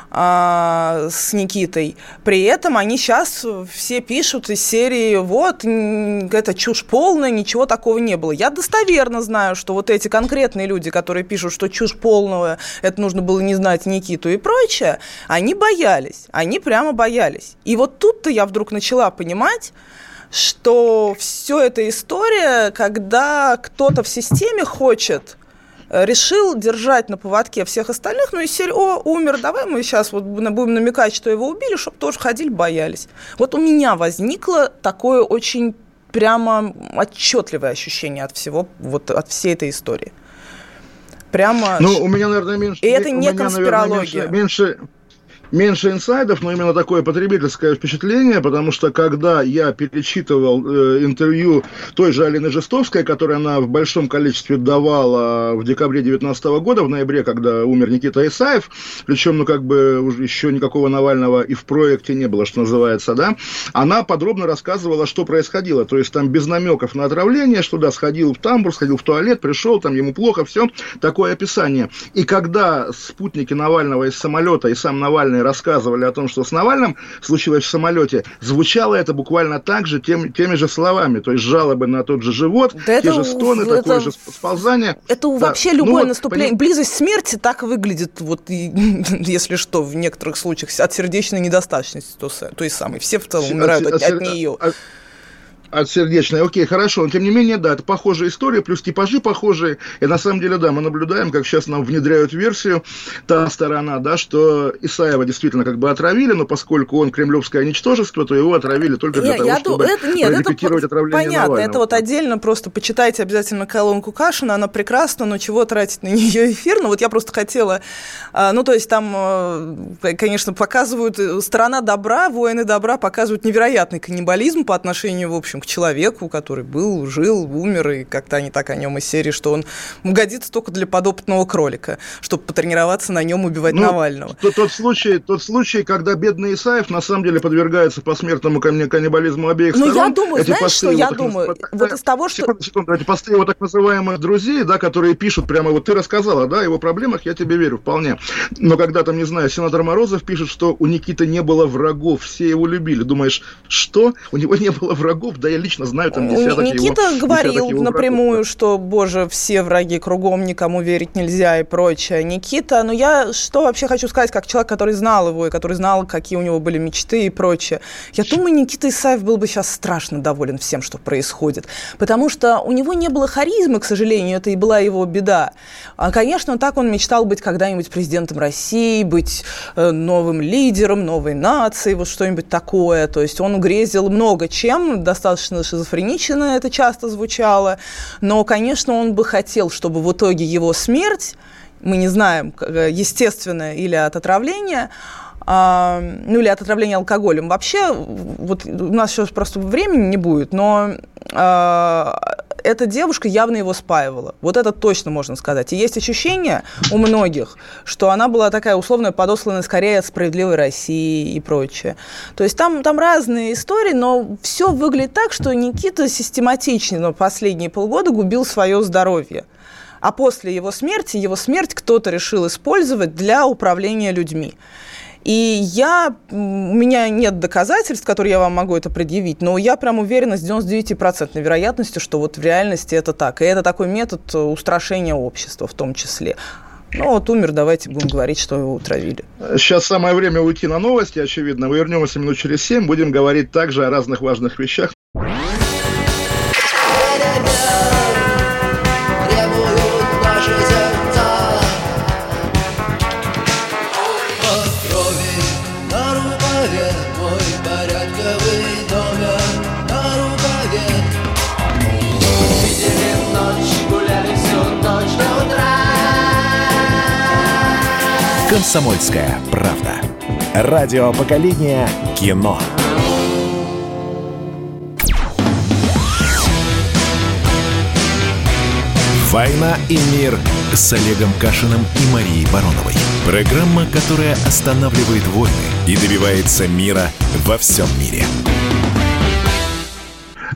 [SPEAKER 3] э, с Никитой. При этом они сейчас все пишут из серии, вот, это чушь полная, ничего такого не было. Я достоверно знаю, что вот эти конкретные люди, которые пишут, что чушь полная, это нужно было не знать Никиту и прочее, они боялись, они прямо боялись. И вот тут-то я вдруг начала понимать, что все это история, когда кто-то в системе хочет, решил держать на поводке всех остальных, ну, из серии, о, умер, давай мы сейчас вот будем намекать, что его убили, чтобы тоже ходили, боялись. Вот у меня возникло такое очень прямо отчетливое ощущение от всего, вот от всей этой истории. Прямо...
[SPEAKER 2] Ну, у меня, наверное, меньше...
[SPEAKER 3] И это
[SPEAKER 2] у
[SPEAKER 3] не
[SPEAKER 2] меня,
[SPEAKER 3] конспирология.
[SPEAKER 2] Наверное, меньше... меньше... Меньше инсайдов, но именно такое потребительское впечатление, потому что когда я перечитывал э, интервью той же Алины Жестовской, которую она в большом количестве давала в декабре две тысячи девятнадцатого года, в ноябре, когда умер Никита Исаев, причем, ну, как бы, уже еще никакого Навального и в проекте не было, что называется, да, она подробно рассказывала, что происходило, то есть там без намеков на отравление, что, да, сходил в тамбур, сходил в туалет, пришел, там ему плохо, все, такое описание. И когда спутники Навального из самолета и сам Навальный рассказывали о том, что с Навальным случилось в самолете, звучало это буквально так же, тем, теми же словами, то есть жалобы на тот же живот, да те это, же стоны, это, такое же сползание.
[SPEAKER 3] Это да. Вообще любое ну, наступление, вот, близость смерти так выглядит, вот, если что, в некоторых случаях от сердечной недостаточности, то, то есть самой, все в целом умирают от, от, от нее. От,
[SPEAKER 2] От сердечной. Окей, хорошо. Но, тем не менее, да, это похожая история, плюс типажи похожие. И на самом деле, да, мы наблюдаем, как сейчас нам внедряют версию, та сторона, да, что Исаева действительно как бы отравили, но поскольку он кремлевское ничтожество, то его отравили только для я, того, я чтобы это, нет, прорепетировать это отравление
[SPEAKER 3] понятно,
[SPEAKER 2] Навального.
[SPEAKER 3] Это вот отдельно просто почитайте обязательно колонку Кашина, она прекрасна, но чего тратить на нее эфир? Ну вот я просто хотела, ну то есть там, конечно, показывают, сторона добра, воины добра показывают невероятный каннибализм по отношению, в общем, к человеку, который был, жил, умер, и как-то они так о нем из серии, что он годится только для подопытного кролика, чтобы потренироваться на нем убивать ну, Навального.
[SPEAKER 2] Тот, тот, случай, тот случай, когда бедный Исаев на самом деле подвергается посмертному каннибализму обеих
[SPEAKER 3] ну,
[SPEAKER 2] сторон.
[SPEAKER 3] Ну, я думаю,
[SPEAKER 2] эти
[SPEAKER 3] знаешь, что я думаю?
[SPEAKER 2] Наз...
[SPEAKER 3] Вот из того, что...
[SPEAKER 2] Секунду, секунду, эти посты его так называемых друзей, да, которые пишут прямо, вот ты рассказала, да, о его проблемах, я тебе верю вполне. Но когда там, не знаю, сенатор Морозов пишет, что у Никиты не было врагов, все его любили. Думаешь, что? У него не было врагов? Да я лично знаю, там десяток
[SPEAKER 3] Никита
[SPEAKER 2] его,
[SPEAKER 3] говорил
[SPEAKER 2] его
[SPEAKER 3] напрямую,
[SPEAKER 2] врагов, да.
[SPEAKER 3] что, боже, все враги кругом, никому верить нельзя и прочее. Никита, ну я что вообще хочу сказать, как человек, который знал его, и который знал, какие у него были мечты и прочее. Я думаю, Никита Исаев был бы сейчас страшно доволен всем, что происходит. Потому что у него не было харизмы, к сожалению, это и была его беда. А, конечно, так он мечтал быть когда-нибудь президентом России, быть э, новым лидером, новой нации, вот что-нибудь такое. То есть он грезил много чем, достаточно шизофренично это часто звучало, но, конечно, он бы хотел, чтобы в итоге его смерть, мы не знаем, естественная или от отравления, а, ну или от отравления алкоголем. Вообще, вот у нас сейчас просто времени не будет, но а, эта девушка явно его спаивала. Вот это точно можно сказать. И есть ощущение у многих, что она была такая условная подосланная скорее от «Справедливой России» и прочее. То есть там, там разные истории, но все выглядит так, что Никита систематично на последние полгода губил свое здоровье. А после его смерти, его смерть кто-то решил использовать для управления людьми. И я, у меня нет доказательств, которые я вам могу это предъявить, но я прям уверена с девяносто девять процентов вероятностью, что вот в реальности это так. И это такой метод устрашения общества в том числе. Ну вот умер, давайте будем говорить, что его отравили.
[SPEAKER 2] Сейчас самое время уйти на новости, очевидно. Мы вернемся минут через семь, будем говорить также о разных важных вещах.
[SPEAKER 1] «Комсомольская правда». Радио поколения кино. «Война и мир» с Олегом Кашиным и Марией Бароновой. Программа, которая останавливает войны и добивается мира во всем мире.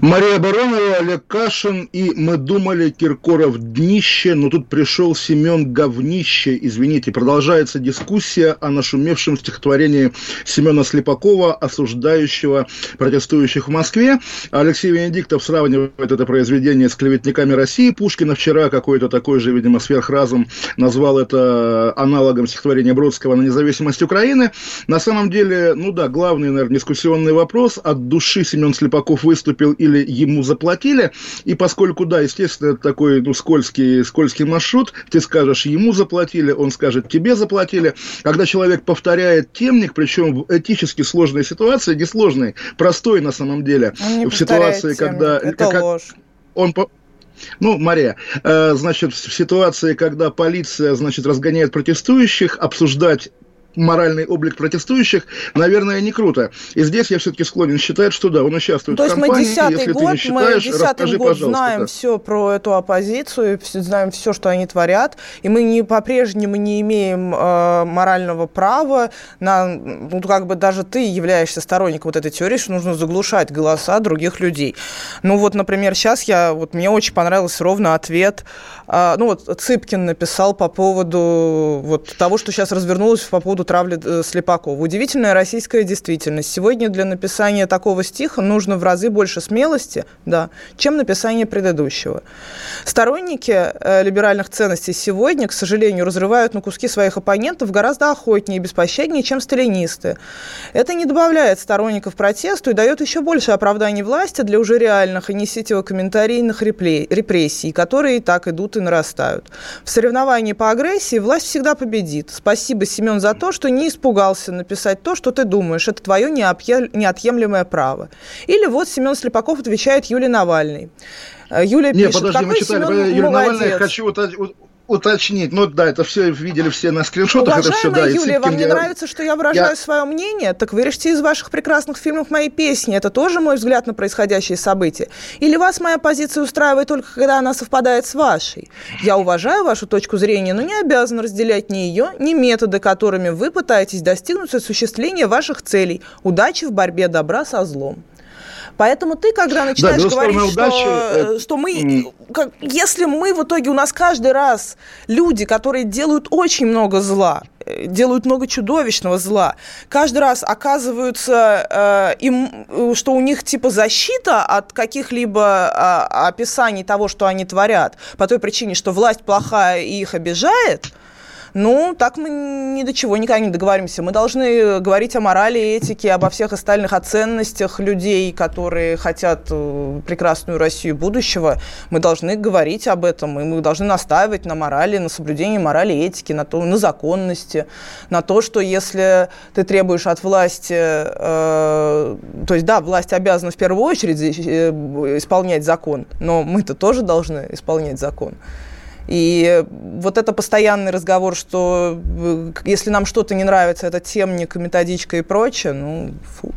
[SPEAKER 2] Мария Баронова, Олег Кашин, и мы думали, Киркоров днище, но тут пришел Семен говнище, извините. Продолжается дискуссия о нашумевшем стихотворении Семена Слепакова, осуждающего протестующих в Москве. Алексей Венедиктов сравнивает это произведение с клеветниками России. Пушкина вчера какой-то такой же, видимо, сверхразум назвал это аналогом стихотворения Бродского на независимость Украины. На самом деле, ну да, главный, наверное, дискуссионный вопрос: от души Семен Слепаков выступил или ему заплатили? И поскольку, да, естественно, это такой, ну, скользкий, скользкий маршрут, ты скажешь, ему заплатили, он скажет, тебе заплатили. Когда человек повторяет темник, причем в этически сложной ситуации, не сложной, простой на самом деле, в ситуации, темник, когда...
[SPEAKER 3] Это как, ложь.
[SPEAKER 2] Он... Ну, Мария, э, значит, в ситуации, когда полиция, значит, разгоняет протестующих, обсуждать моральный облик протестующих, наверное, не круто. И здесь я все-таки склонен считать, что да, он участвует
[SPEAKER 3] То
[SPEAKER 2] в кампании.
[SPEAKER 3] То есть мы десятый год,
[SPEAKER 2] считаешь,
[SPEAKER 3] мы десятый год знаем
[SPEAKER 2] да.
[SPEAKER 3] все про эту оппозицию, знаем все, что они творят, и мы не, по-прежнему не имеем э, морального права на, ну, как бы даже ты являешься сторонником вот этой теории, что нужно заглушать голоса других людей. Ну вот, например, сейчас я, вот мне очень понравился ровно ответ, э, ну вот Цыпкин написал по поводу вот того, что сейчас развернулось по поводу травли Слепакова. Удивительная российская действительность. Сегодня для написания такого стиха нужно в разы больше смелости, да, чем написание предыдущего. Сторонники э, либеральных ценностей сегодня, к сожалению, разрывают на куски своих оппонентов гораздо охотнее и беспощаднее, чем сталинисты. Это не добавляет сторонников протесту и дает еще больше оправданий власти для уже реальных и несетево-комментарийных репрессий, которые и так идут и нарастают. В соревновании по агрессии власть всегда победит. Спасибо, Семен, за то, что не испугался написать то, что ты думаешь. Это твое неотъемлемое право. Или вот Семен Слепаков отвечает Юлии Навальной. Юлия
[SPEAKER 2] Не,
[SPEAKER 3] пишет,
[SPEAKER 2] подожди,
[SPEAKER 3] какой
[SPEAKER 2] мы читали,
[SPEAKER 3] Семен
[SPEAKER 2] Юлия
[SPEAKER 3] молодец.
[SPEAKER 2] Навальная, хочу уточнить. Ну да, это все видели все на скриншотах.
[SPEAKER 3] Уважаемая
[SPEAKER 2] это все, да,
[SPEAKER 3] Юлия, вам не
[SPEAKER 2] я...
[SPEAKER 3] нравится, что я выражаю я... свое мнение? Так вырежьте из ваших прекрасных фильмов мои песни. Это тоже мой взгляд на происходящие события. Или вас моя позиция устраивает только, когда она совпадает с вашей? Я уважаю вашу точку зрения, но не обязана разделять ни ее, ни методы, которыми вы пытаетесь достигнуть осуществления ваших целей. Удачи в борьбе добра со злом. Поэтому ты, когда начинаешь да, говорить, удачи, что, это... что мы, как, если мы в итоге, у нас каждый раз люди, которые делают очень много зла, делают много чудовищного зла, каждый раз оказываются, э, им, что у них типа защита от каких-либо э, описаний того, что они творят, по той причине, что власть плохая и их обижает, ну, так мы ни до чего никогда не договоримся. Мы должны говорить о морали, этике, обо всех остальных о ценностях людей, которые хотят прекрасную Россию будущего. Мы должны говорить об этом, и мы должны настаивать на морали, на соблюдении морали, этики, на, то, на законности, на то, что если ты требуешь от власти, э, то есть, да, власть обязана в первую очередь исполнять закон, но мы-то тоже должны исполнять закон. И вот это постоянный разговор, что если нам что-то не нравится, это темник, методичка и прочее, ну, фу.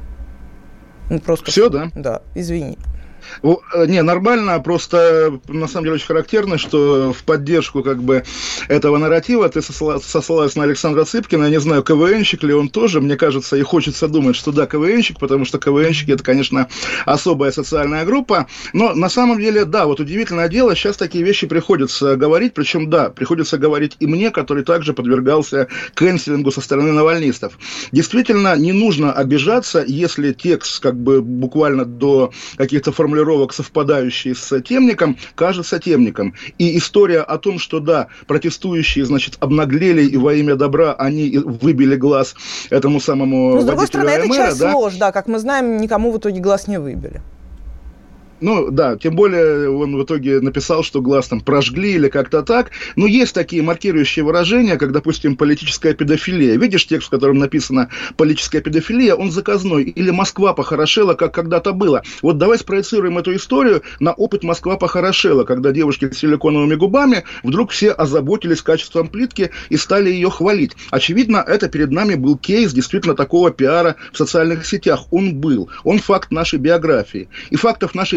[SPEAKER 3] Ну, просто
[SPEAKER 2] все,
[SPEAKER 3] фу.
[SPEAKER 2] Да?
[SPEAKER 3] Да, извини.
[SPEAKER 2] Не, нормально, просто на самом деле очень характерно, что в поддержку как бы этого нарратива ты сослалась на Александра Цыпкина, я не знаю, КВНщик ли он тоже, мне кажется, и хочется думать, что да, КВНщик, потому что КВНщики это, конечно, особая социальная группа, но на самом деле, да, вот удивительное дело, сейчас такие вещи приходится говорить, причем, да, приходится говорить и мне, который также подвергался кэнселингу со стороны навальнистов. Действительно, не нужно обижаться, если текст как бы буквально до каких-то формулировок совпадающие с темником, кажется темником. И история о том, что, да, протестующие, значит, обнаглели, и во имя добра они выбили глаз этому самому
[SPEAKER 3] водителю АМР. С другой стороны, это часть
[SPEAKER 2] да?
[SPEAKER 3] ложь, да, как мы знаем, никому в итоге глаз не выбили.
[SPEAKER 2] Ну, да, тем более он в итоге написал, что глаз там прожгли или как-то так. Но есть такие маркирующие выражения, как, допустим, политическая педофилия. Видишь текст, в котором написано «политическая педофилия», он заказной. Или «Москва похорошела, как когда-то было». Вот давай спроецируем эту историю на опыт «Москва похорошела», когда девушки с силиконовыми губами вдруг все озаботились качеством плитки и стали ее хвалить. Очевидно, это перед нами был кейс действительно такого пиара в социальных сетях. Он был. Он факт нашей биографии. И фактов нашей биографии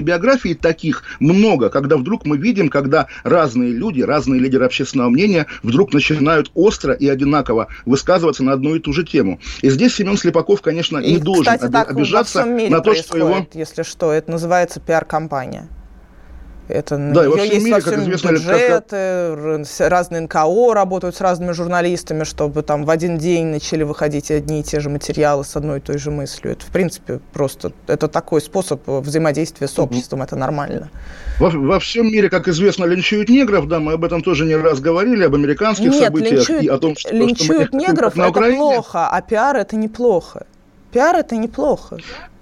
[SPEAKER 2] автобиографий таких много, когда вдруг мы видим, когда разные люди, разные лидеры общественного мнения вдруг начинают остро и одинаково высказываться на одну и ту же тему. И здесь Семен Слепаков, конечно, не и, должен кстати, оби- так обижаться на то, что его...
[SPEAKER 3] Если что, это называется пиар-компания. Это,
[SPEAKER 2] да,
[SPEAKER 3] ее
[SPEAKER 2] во всем
[SPEAKER 3] есть
[SPEAKER 2] мире,
[SPEAKER 3] во всем
[SPEAKER 2] как известно,
[SPEAKER 3] бюджеты, как... разные эн ка о работают с разными журналистами, чтобы там в один день начали выходить одни и те же материалы с одной и той же мыслью. Это, в принципе, просто это такой способ взаимодействия с обществом, это нормально.
[SPEAKER 2] Во, во всем мире, как известно, линчуют негров, да, мы об этом тоже не раз говорили, об американских
[SPEAKER 3] Нет,
[SPEAKER 2] событиях
[SPEAKER 3] линчуют,
[SPEAKER 2] и о том, что...
[SPEAKER 3] линчуют
[SPEAKER 2] что мы
[SPEAKER 3] негров,
[SPEAKER 2] на
[SPEAKER 3] это
[SPEAKER 2] Украине.
[SPEAKER 3] плохо, а пиар это неплохо. Пиар это неплохо.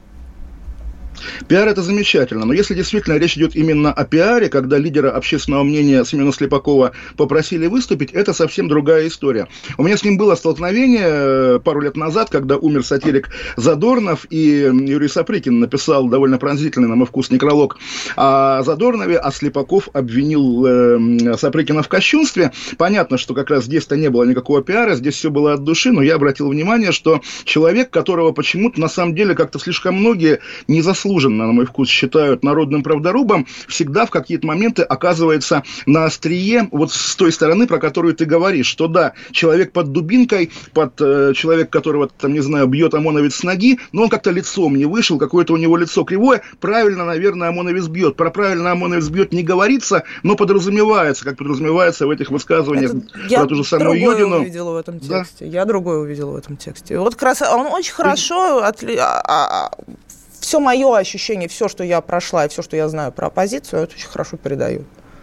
[SPEAKER 2] Пиар – это замечательно, но если действительно речь идет именно о пиаре, когда лидера общественного мнения Семена Слепакова попросили выступить, это совсем другая история. У меня с ним было столкновение пару лет назад, когда умер сатирик Задорнов, и Юрий Сапрыкин написал довольно пронзительный, на мой вкус, некролог о Задорнове, а Слепаков обвинил э, Сапрыкина в кощунстве. Понятно, что как раз здесь-то не было никакого пиара, здесь все было от души, но я обратил внимание, что человек, которого почему-то на самом деле как-то слишком многие не заслуженно, на мой вкус, считают народным правдорубом, всегда в какие-то моменты оказывается на острие вот с той стороны, про которую ты говоришь, что да, человек под дубинкой, под э, человек, которого, там, не знаю, бьет ОМОНовец с ноги, но он как-то лицом не вышел, какое-то у него лицо кривое, правильно, наверное, ОМОНовец бьет. Про правильно ОМОНовец бьет не говорится, но подразумевается, как подразумевается в этих высказываниях это про ту же самую Юдину. Я другое увидела
[SPEAKER 3] в этом тексте. Да? Я другое увидела в этом тексте. Вот как раз он очень хорошо... Отли... Все мое ощущение, все, что я прошла, и все, что я знаю про оппозицию, это очень хорошо передаю.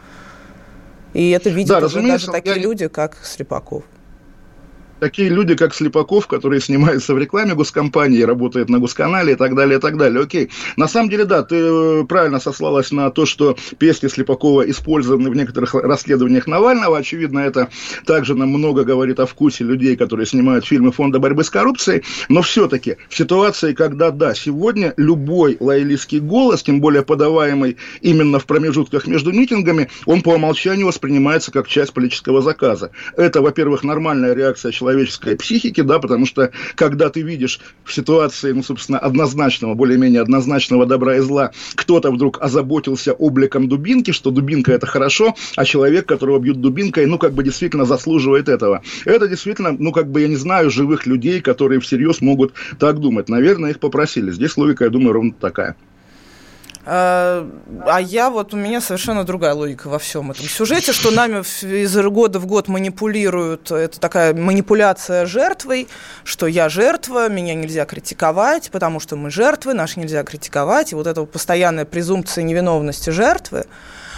[SPEAKER 3] И это видят да, уже даже такие я... люди, как Слепаков.
[SPEAKER 2] Такие люди, как Слепаков, которые снимаются в рекламе госкомпании, работают на госканале и так далее, и так далее. Окей. На самом деле, да, ты правильно сослалась на то, что песни Слепакова использованы в некоторых расследованиях Навального. Очевидно, это также нам много говорит о вкусе людей, которые снимают фильмы Фонда борьбы с коррупцией. Но все-таки в ситуации, когда, да, сегодня любой лоялистский голос, тем более подаваемый именно в промежутках между митингами, он по умолчанию воспринимается как часть политического заказа. Это, во-первых, нормальная реакция человека, человеческой психики, да, потому что когда ты видишь в ситуации, ну, собственно, однозначного, более-менее однозначного добра и зла, кто-то вдруг озаботился обликом дубинки, что дубинка это хорошо, а человек, которого бьют дубинкой, ну, как бы действительно заслуживает этого. Это действительно, ну, как бы, я не знаю, живых людей, которые всерьез могут так думать. Наверное, их попросили. Здесь логика, я думаю, ровно такая.
[SPEAKER 3] А я вот, у меня совершенно другая логика во всем этом сюжете, что нами из года в год манипулируют, это такая манипуляция жертвой, что я жертва, меня нельзя критиковать, потому что мы жертвы, нас нельзя критиковать, и вот эта постоянная презумпция невиновности жертвы,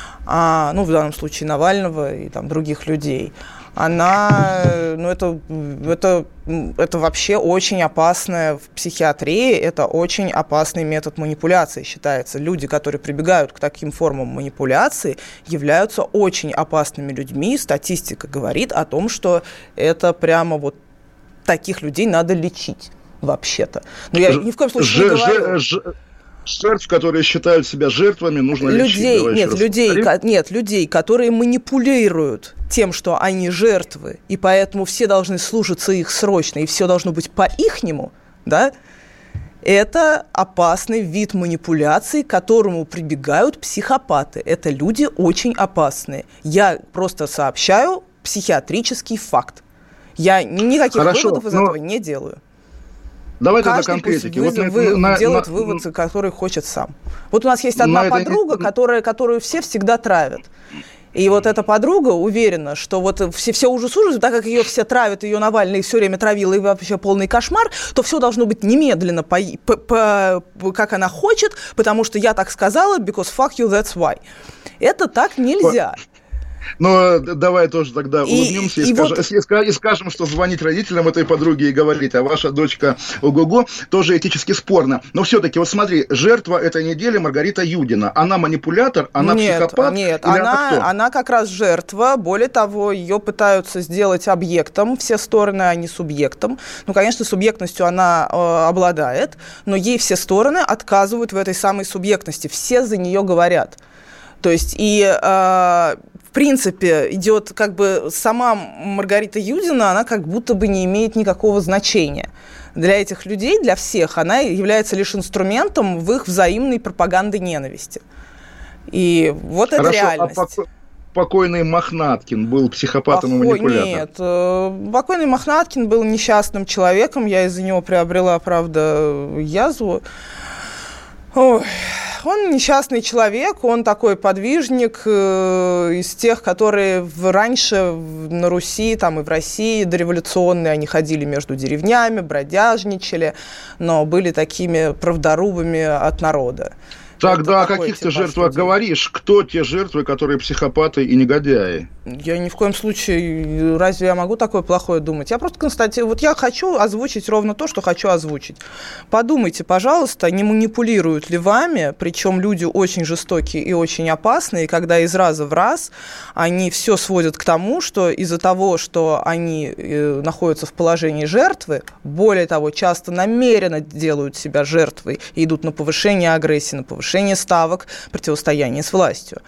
[SPEAKER 3] а, ну, в данном случае Навального и там других людей, она, ну, это, это, это вообще очень опасная в психиатрии, это очень опасный метод манипуляции, считается. Люди, которые прибегают к таким формам манипуляции, являются очень опасными людьми. Статистика говорит о том, что это прямо вот таких людей надо лечить вообще-то. Но я ни в коем случае не говорю...
[SPEAKER 2] Жертв, которые считают себя жертвами, нужно
[SPEAKER 3] людей,
[SPEAKER 2] лечить.
[SPEAKER 3] Нет людей, ко- нет, людей, которые манипулируют тем, что они жертвы, и поэтому все должны слушаться их срочно, и все должно быть по-ихнему, да, это опасный вид манипуляции, к которому прибегают психопаты. Это люди очень опасные. Я просто сообщаю психиатрический факт. Я никаких
[SPEAKER 2] Хорошо,
[SPEAKER 3] выводов из
[SPEAKER 2] но...
[SPEAKER 3] этого не делаю.
[SPEAKER 2] Давай
[SPEAKER 3] Каждый
[SPEAKER 2] тогда конкретики.
[SPEAKER 3] Пусть
[SPEAKER 2] вот
[SPEAKER 3] вы,
[SPEAKER 2] на,
[SPEAKER 3] делает
[SPEAKER 2] на,
[SPEAKER 3] вывод, на, который хочет сам. Вот у нас есть одна подруга, это... которая, которую все всегда травят. И вот эта подруга уверена, что вот все, все ужас ужас, так как ее все травят, ее Навальный все время травил, и вообще полный кошмар, то все должно быть немедленно, по, по, по, как она хочет, потому что я так сказала, because fuck you, that's why. Это так нельзя.
[SPEAKER 2] Но давай тоже тогда улыбнемся и, и, и, скажем, вот... и скажем, что звонить родителям этой подруги и говорить, а ваша дочка ого-го, тоже этически спорно. Но все-таки, вот смотри, жертва этой недели Маргарита Юдина. Она манипулятор, она
[SPEAKER 3] нет,
[SPEAKER 2] психопат?
[SPEAKER 3] Нет, она, она, она как раз жертва. Более того, ее пытаются сделать объектом, все стороны, а не субъектом. Ну, конечно, субъектностью она э, обладает, но ей все стороны отказывают в этой самой субъектности. Все за нее говорят. То есть и, э, в принципе, идет как бы сама Маргарита Юдина, она как будто бы не имеет никакого значения. для этих людей, для всех, она является лишь инструментом в их взаимной пропаганды ненависти. И вот это
[SPEAKER 2] Хорошо,
[SPEAKER 3] реальность.
[SPEAKER 2] А пок... покойный Мохнаткин был психопатом Похой... и манипулятором?
[SPEAKER 3] Нет. Покойный Мохнаткин был несчастным человеком. Я из-за него приобрела, правда, язву. Ой. Он несчастный человек, он такой подвижник э, из тех, которые в, раньше в, на Руси, там и в России дореволюционные, они ходили между деревнями, бродяжничали, но были такими правдорубами от народа.
[SPEAKER 2] Тогда о каких-то жертвах говоришь? Кто те жертвы, которые психопаты и негодяи?
[SPEAKER 3] Я ни в коем случае, разве я могу такое плохое думать? Я просто констатирую, вот я хочу озвучить ровно то, что хочу озвучить. Подумайте, пожалуйста, не манипулируют ли вами, причем люди очень жестокие и очень опасные, когда из раза в раз они все сводят к тому, что из-за того, что они э, находятся в положении жертвы, более того, часто намеренно делают себя жертвой и идут на повышение агрессии, на повышение ставок противостояния с властью.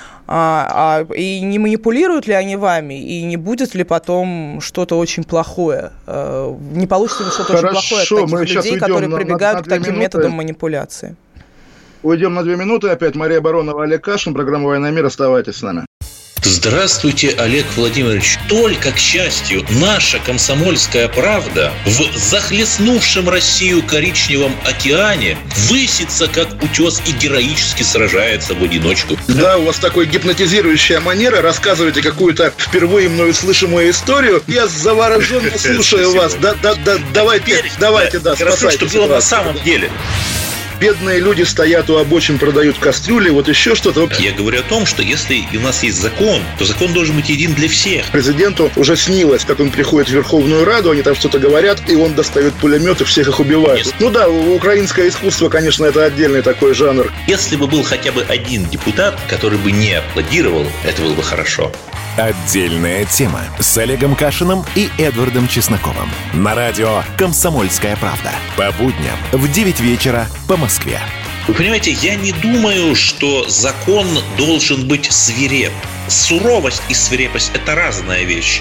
[SPEAKER 3] А, а, и не манипулируют ли они вами, и не будет ли потом что-то очень плохое? А, не получится ли что-то
[SPEAKER 2] Хорошо,
[SPEAKER 3] очень плохое от таких людей, которые на, прибегают на, на к таким минуты. методам манипуляции?
[SPEAKER 2] Уйдем на две минуты. Опять Мария Баронова, Олег Кашин. Программа «Война и мир». Оставайтесь с нами.
[SPEAKER 8] Здравствуйте, Олег Владимирович. Только, к счастью, наша «Комсомольская правда» в захлестнувшем Россию коричневом океане высится, как утес, и героически сражается в одиночку.
[SPEAKER 2] Да, у вас такой гипнотизирующая манера. Рассказываете какую-то впервые мною слышимую историю. Я завороженно слушаю вас. Да, да, да, давайте, давайте, да,
[SPEAKER 8] хорошо, что было на самом деле.
[SPEAKER 2] Бедные люди стоят у обочин, продают кастрюли, вот еще что-то.
[SPEAKER 8] Я говорю о том, что если у нас есть закон, то закон должен быть един для всех.
[SPEAKER 2] Президенту уже снилось, как он приходит в Верховную Раду, они там что-то говорят, и он достает пулемет и всех их убивает. Нет. Ну да, украинское искусство, конечно, это отдельный такой жанр.
[SPEAKER 8] Если бы был хотя бы один депутат, который бы не аплодировал, это было бы хорошо.
[SPEAKER 1] Отдельная тема с Олегом Кашиным и Эдвардом Чесноковым. На радио «Комсомольская правда». По будням в девять вечера по Москве.
[SPEAKER 8] Вы понимаете, я не думаю, что закон должен быть свиреп. Суровость и свирепость – это разная вещь.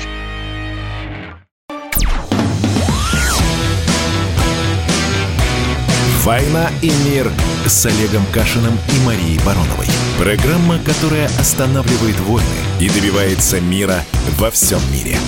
[SPEAKER 1] «Война и мир» с Олегом Кашиным и Марией Бароновой. Программа, которая останавливает войны и добивается мира во всем мире.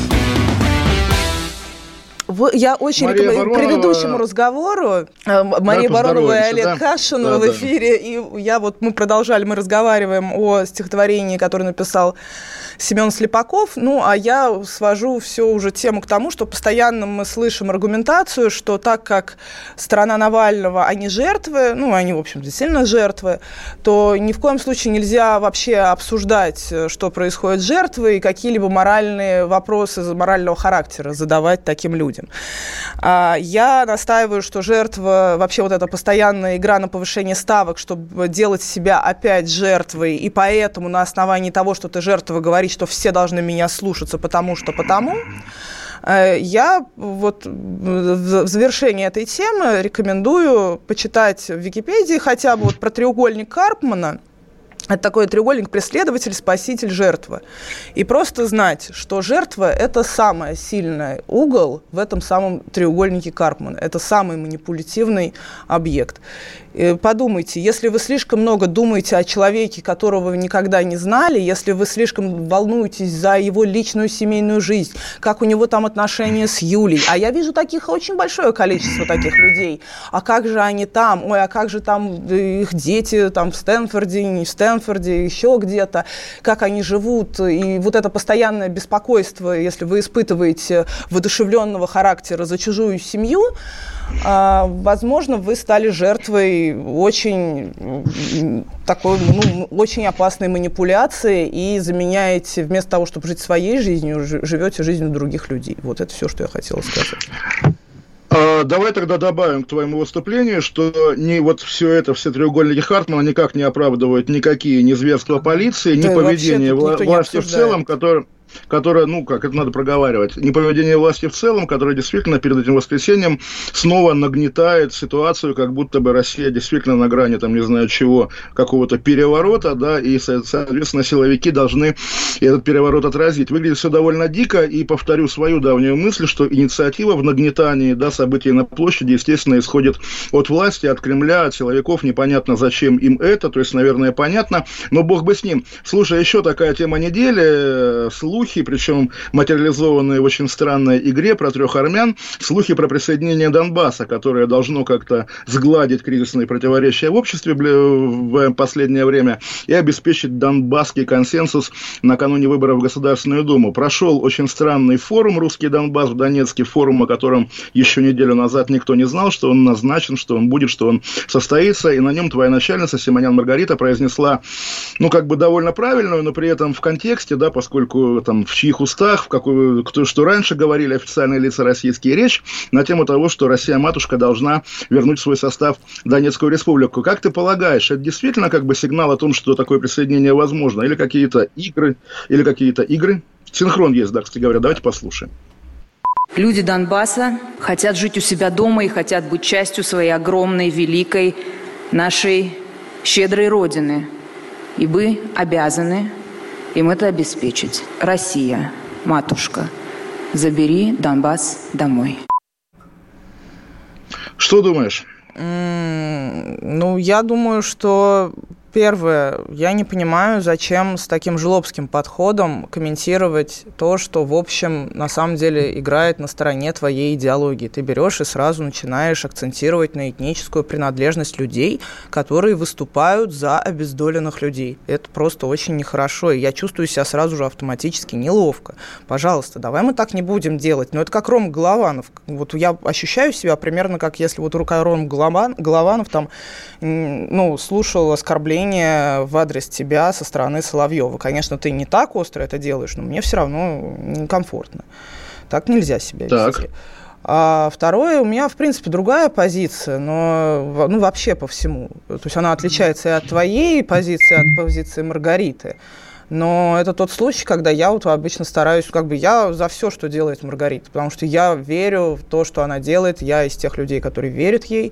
[SPEAKER 3] Я очень
[SPEAKER 2] Мария
[SPEAKER 3] рекомендую
[SPEAKER 2] Баронова...
[SPEAKER 3] к предыдущему разговору. Мария
[SPEAKER 2] да,
[SPEAKER 3] Баронова и Олег
[SPEAKER 2] да?
[SPEAKER 3] Кашин
[SPEAKER 2] да,
[SPEAKER 3] в эфире. Да. И я вот, мы продолжали, мы разговариваем о стихотворении, которое написал Семен Слепаков. Ну, а я свожу все уже тему к тому, что постоянно мы слышим аргументацию, что так как сторона Навального, они жертвы, ну, они, в общем, действительно жертвы, то ни в коем случае нельзя вообще обсуждать, что происходит с жертвой, и какие-либо моральные вопросы морального характера задавать таким людям. Я настаиваю, что жертва, вообще вот эта постоянная игра на повышение ставок, чтобы делать себя опять жертвой, и поэтому на основании того, что ты жертва, говорить, что все должны меня слушаться, потому что потому, я вот в завершении этой темы рекомендую почитать в Википедии хотя бы вот про треугольник Карпмана. Это такой треугольник: преследователь, спаситель, жертва. И просто знать, что жертва – это самый сильный угол в этом самом треугольнике Карпмана. Это самый манипулятивный объект. И подумайте, если вы слишком много думаете о человеке, которого вы никогда не знали, если вы слишком волнуетесь за его личную семейную жизнь, как у него там отношения с Юлей, а я вижу таких очень большое количество таких людей, а как же они там, ой, а как же там их дети там в Стэнфорде, не в Стэнфорде, еще где-то, как они живут, и вот это постоянное беспокойство, если вы испытываете воодушевленного характера за чужую семью, возможно, вы стали жертвой очень такой, ну, очень опасной манипуляции и заменяете, вместо того, чтобы жить своей жизнью, живете жизнью других людей. Вот это все, что я хотела сказать.
[SPEAKER 2] Давай тогда добавим к твоему выступлению, что не вот все это, все треугольники Карпмана никак не оправдывают никакие ни зверства полиции, ни да, поведение вла- власти в целом, которые... которое, ну, как это надо проговаривать, неповедение власти в целом, которое действительно перед этим воскресеньем снова нагнетает ситуацию, как будто бы Россия действительно на грани, там, не знаю чего, какого-то переворота, да, и, соответственно, силовики должны этот переворот отразить. Выглядит все довольно дико, и повторю свою давнюю мысль, что инициатива в нагнетании, да, событий на площади, естественно, исходит от власти, от Кремля, от силовиков, непонятно, зачем им это, то есть, наверное, понятно, но бог бы с ним. Слушай, еще такая тема недели, слухи, причем материализованные в очень странной игре про трех армян, слухи про присоединение Донбасса, которое должно как-то сгладить кризисные противоречия в обществе в последнее время и обеспечить донбасский консенсус накануне выборов в Государственную Думу. Прошел очень странный форум «Русский Донбасс» в Донецке, форум, о котором еще неделю назад никто не знал, что он назначен, что он будет, что он состоится, и на нем твоя начальница Симонян Маргарита произнесла, ну, как бы довольно правильную, но при этом в контексте, да, поскольку там в чьих устах, в какую, кто, что раньше говорили официальные лица российские, речь на тему того, что Россия-матушка должна вернуть в свой состав Донецкую республику. Как ты полагаешь, это действительно как бы сигнал о том, что такое присоединение возможно, или какие-то игры, или какие-то игры? Синхрон есть, да, кстати говоря, давайте послушаем.
[SPEAKER 9] Люди Донбасса хотят жить у себя дома и хотят быть частью своей огромной, великой, нашей щедрой Родины. И вы обязаны им это обеспечить. Россия, матушка, забери Донбасс домой.
[SPEAKER 2] Что думаешь?
[SPEAKER 3] Mm, ну, я думаю, что... Первое, я не понимаю, зачем с таким жлобским подходом комментировать то, что, в общем, на самом деле играет на стороне твоей идеологии. Ты берешь и сразу начинаешь акцентировать на этническую принадлежность людей, которые выступают за обездоленных людей. Это просто очень нехорошо, и я чувствую себя сразу же автоматически неловко. Пожалуйста, давай мы так не будем делать. Но это как Рома Голованов. Вот я ощущаю себя примерно как если вот рука Рома Голованов там, ну, слушал оскорбления в адрес тебя со стороны Соловьева. Конечно, ты не так остро это делаешь, но мне все равно некомфортно. Так нельзя себя вести. Так. А второе, у меня, в принципе, другая позиция, но ну, вообще по всему. То есть она отличается и от твоей позиции, и от позиции Маргариты. Но это тот случай, когда я вот обычно стараюсь, как бы я за все, что делает Маргарита, потому что я верю в то, что она делает, я из тех людей, которые верят ей.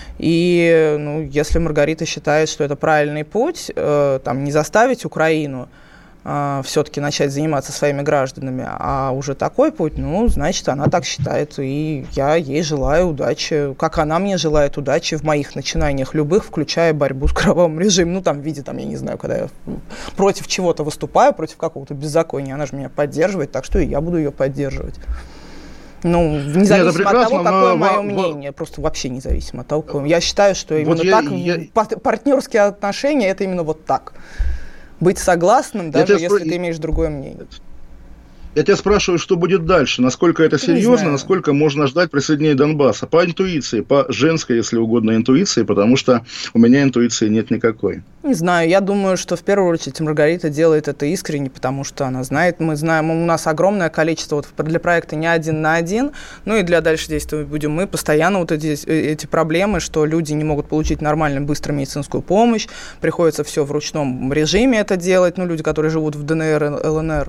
[SPEAKER 3] И ну, если Маргарита считает, что это правильный путь, э, там, не заставить Украину э, все-таки начать заниматься своими гражданами, а уже такой путь, ну, значит, она так считает. И я ей желаю удачи, как она мне желает удачи в моих начинаниях любых, включая борьбу с кровавым режимом. Ну, там, в виде, там, я не знаю, когда я против чего-то выступаю, против какого-то беззакония, она же меня поддерживает, так что и я буду ее поддерживать. Ну, независимо Нет, от того, какое но, мое но, мнение, просто вообще независимо от того, какое. Я считаю, что именно вот я, так, я... партнерские отношения, это именно вот так. Быть согласным, даже если спро... ты имеешь другое мнение.
[SPEAKER 2] Я тебя спрашиваю, что будет дальше, насколько это серьезно, насколько можно ждать присоединения Донбасса. По интуиции, по женской, если угодно, интуиции, потому что у меня интуиции нет никакой.
[SPEAKER 3] Не знаю, я думаю, что в первую очередь Маргарита делает это искренне, потому что она знает, мы знаем, у нас огромное количество, вот для проекта не один на один, ну и для дальше действовать будем мы, постоянно вот эти, эти проблемы, что люди не могут получить нормальную, быструю медицинскую помощь, приходится все в ручном режиме это делать, ну люди, которые живут в ДНР, ЛНР.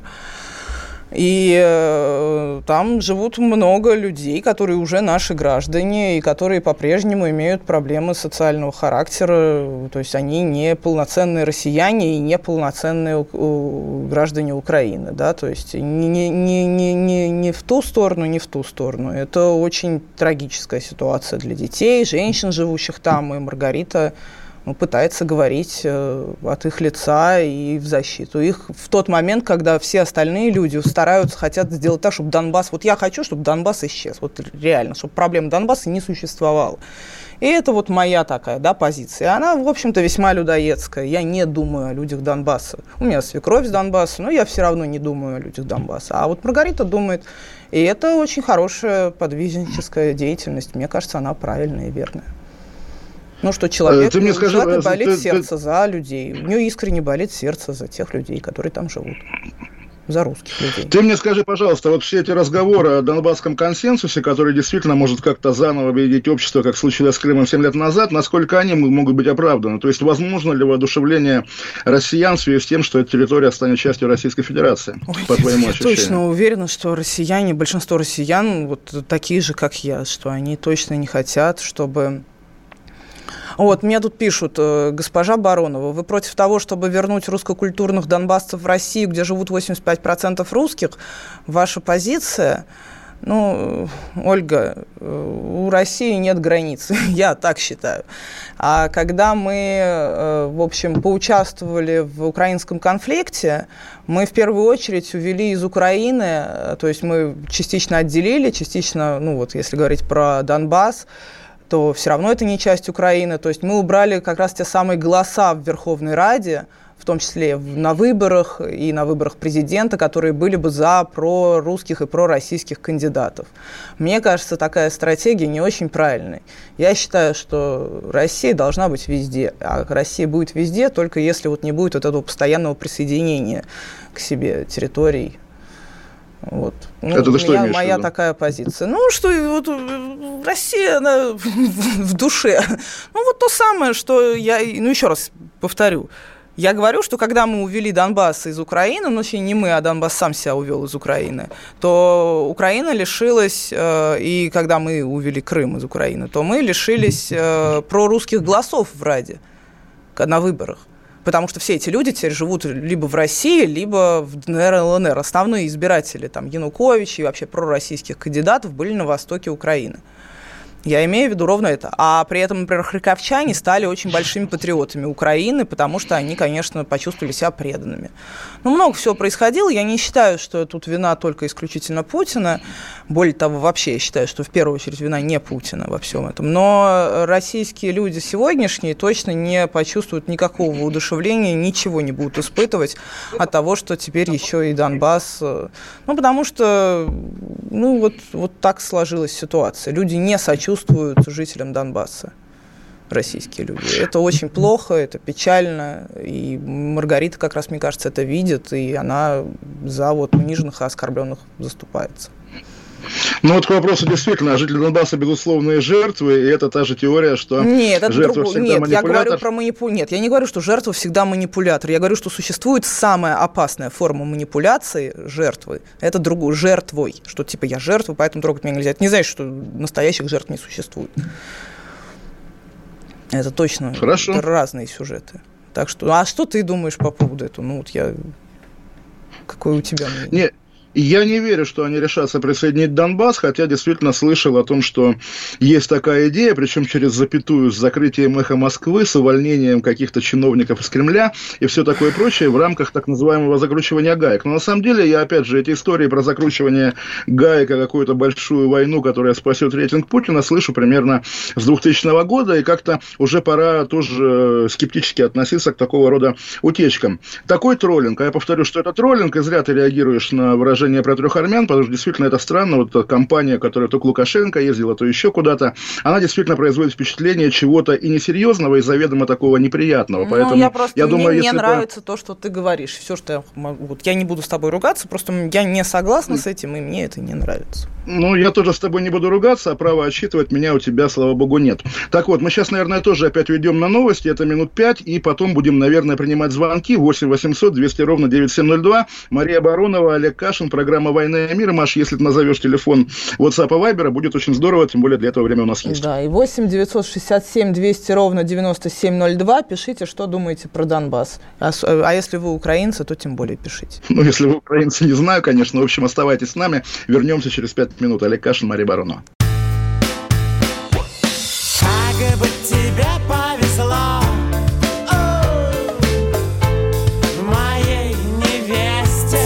[SPEAKER 3] И э, там живут много людей, которые уже наши граждане, и которые по-прежнему имеют проблемы социального характера. То есть они не полноценные россияне и не полноценные у, у, граждане Украины. Да? То есть не, не, не, не, не в ту сторону, не в ту сторону. Это очень трагическая ситуация для детей, женщин, живущих там. И Маргарита ну, пытается говорить э, от их лица и в защиту их в тот момент, когда все остальные люди стараются, хотят сделать так, чтобы Донбасс... Вот я хочу, чтобы Донбасс исчез. Вот реально, чтобы проблема Донбасса не существовала. И это вот моя такая, да, позиция. Она, в общем-то, весьма людоедская. Я не думаю о людях Донбасса. У меня свекровь с Донбасса, но я все равно не думаю о людях Донбасса. А вот Маргарита думает. И это очень хорошая подвижническая деятельность. Мне кажется, она правильная и верная. Ну, что человек
[SPEAKER 2] ты мне скажи,
[SPEAKER 3] и болит
[SPEAKER 2] ты,
[SPEAKER 3] сердце
[SPEAKER 2] ты...
[SPEAKER 3] за людей. У нее искренне болит сердце за тех людей, которые там живут. за русских людей.
[SPEAKER 2] Ты мне скажи, пожалуйста, вот все эти разговоры о Донбасском консенсусе, который действительно может как-то заново объединить общество, как случилось с Крымом семь лет назад, насколько они могут быть оправданы? То есть, возможно ли воодушевление россиян в связи с тем, что эта территория станет частью Российской Федерации,
[SPEAKER 3] Ой,
[SPEAKER 2] по твоему ощущению?
[SPEAKER 3] Я точно уверена, что россияне, большинство россиян, вот такие же, как я, что они точно не хотят, чтобы... Вот, мне тут пишут, госпожа Баронова, вы против того, чтобы вернуть русско-культурных донбассцев в Россию, где живут восемьдесят пять процентов русских? Ваша позиция? Ну, Ольга, у России нет границ, я так считаю. А когда мы, в общем, поучаствовали в украинском конфликте, мы в первую очередь увели из Украины, то есть мы частично отделили, частично, ну вот, если говорить про Донбасс, то все равно это не часть Украины. То есть мы убрали как раз те самые голоса в Верховной Раде, в том числе на выборах и на выборах президента, которые были бы за прорусских и пророссийских кандидатов. Мне кажется, такая стратегия не очень правильной. Я считаю, что Россия должна быть везде, а Россия будет везде, только если вот не будет вот этого постоянного присоединения к себе территорий. Вот. Ну,
[SPEAKER 2] это ты что имеешь в виду?
[SPEAKER 3] Моя такая позиция. Ну, что вот, Россия, она в душе. Ну, вот то самое, что я... Ну, еще раз повторю. Я говорю, что когда мы увели Донбасс из Украины, ну, не мы, а Донбасс сам себя увел из Украины, то Украина лишилась, э, и когда мы увели Крым из Украины, то мы лишились э, прорусских голосов в Раде на выборах. Потому что все эти люди теперь живут либо в России, либо в ДНР и ЛНР. Основные избиратели, там, Янукович и вообще пророссийских кандидатов были на востоке Украины. Я имею в виду ровно это. А при этом, например, харьковчане стали очень большими патриотами Украины, потому что они, конечно, почувствовали себя преданными. Ну, много всего происходило. Я не считаю, что тут вина только исключительно Путина. Более того, вообще я считаю, что в первую очередь вина не Путина во всем этом. Но российские люди сегодняшние точно не почувствуют никакого воодушевления, ничего не будут испытывать от того, что теперь еще и Донбасс... Ну, потому что, ну, вот, вот так сложилась ситуация. Люди не сочувствуют жителям Донбасса, российские люди. Это очень плохо, это печально, и Маргарита как раз, мне кажется, это видит, и она за вот униженных и оскорбленных заступается.
[SPEAKER 2] Ну вот к вопросу действительно, жители Донбасса безусловные жертвы, и это та же теория, что
[SPEAKER 3] Нет, это
[SPEAKER 2] жертва
[SPEAKER 3] друг...
[SPEAKER 2] всегда
[SPEAKER 3] Нет,
[SPEAKER 2] манипулятор.
[SPEAKER 3] я говорю про манипу... Нет, я не говорю, что жертва всегда манипулятор. Я говорю, что существует самая опасная форма манипуляции жертвы. Это другую жертвой, что типа я жертва, поэтому трогать меня нельзя. Это не значит, что настоящих жертв не существует. Это точно
[SPEAKER 2] Хорошо.
[SPEAKER 3] Это разные сюжеты. Так что, а что ты думаешь по поводу этого? Ну вот я, какое у тебя мнение?
[SPEAKER 2] Нет. Я не верю, что они решатся присоединить Донбасс, хотя действительно слышал о том, что есть такая идея, причем через запятую с закрытием «Эхо Москвы», с увольнением каких-то чиновников из Кремля и все такое прочее в рамках так называемого закручивания гаек. Но на самом деле я, опять же, эти истории про закручивание гаек и какую-то большую войну, которая спасет рейтинг Путина, слышу примерно с двухтысячного года, и как-то уже пора тоже скептически относиться к такого рода утечкам. Такой троллинг, а я повторю, что это троллинг, и зря ты реагируешь на выражение про трех армян, потому что действительно это странно. Вот эта компания, которая то к Лукашенко ездила, то еще куда-то, она действительно производит впечатление чего-то и несерьезного, и заведомо такого неприятного.
[SPEAKER 3] Ну,
[SPEAKER 2] Поэтому
[SPEAKER 3] я просто,
[SPEAKER 2] я думаю,
[SPEAKER 3] мне,
[SPEAKER 2] если
[SPEAKER 3] мне
[SPEAKER 2] это...
[SPEAKER 3] нравится то, что ты говоришь. Все, что я могу. Вот, я не буду с тобой ругаться, просто я не согласна с этим, и мне это не нравится.
[SPEAKER 2] Ну, я тоже с тобой не буду ругаться, а права отсчитывать меня у тебя, слава богу, нет. Так вот, мы сейчас, наверное, тоже опять уйдем на новости, это минут пять, и потом будем, наверное, принимать звонки. восемь восемьсот двести ровно девять семь ноль два. Мария Баронова, Олег Кашин, программа «Война и мир». Маш, если ты назовешь телефон WhatsApp и Viber, будет очень здорово, тем более для этого время у нас есть.
[SPEAKER 3] Да, и восемь девятьсот шестьдесят семь двести ровно девяносто семь ноль два. Пишите, что думаете про Донбасс. А, а если вы украинцы, то тем более пишите.
[SPEAKER 2] Ну, если вы украинцы, не знаю, конечно. В общем, оставайтесь с нами. Вернемся через пять минут. Олег Кашин, Мария Баронова.
[SPEAKER 10] Как бы тебе повезло, моей невесте,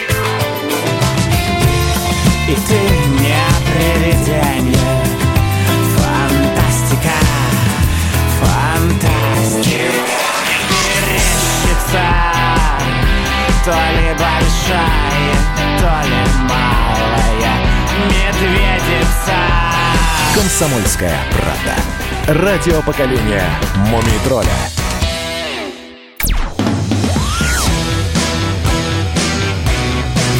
[SPEAKER 10] и ты не привидение. Фантастика, фантастика. Мерещится то ли большая, то ли малая медведица.
[SPEAKER 1] «Комсомольская правда». Радио поколения Мумий-тролля.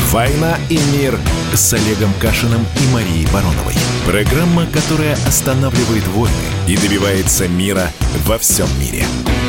[SPEAKER 1] «Война и мир» с Олегом Кашиным и Марией Бароновой. Программа, которая останавливает войны и добивается мира во всем мире.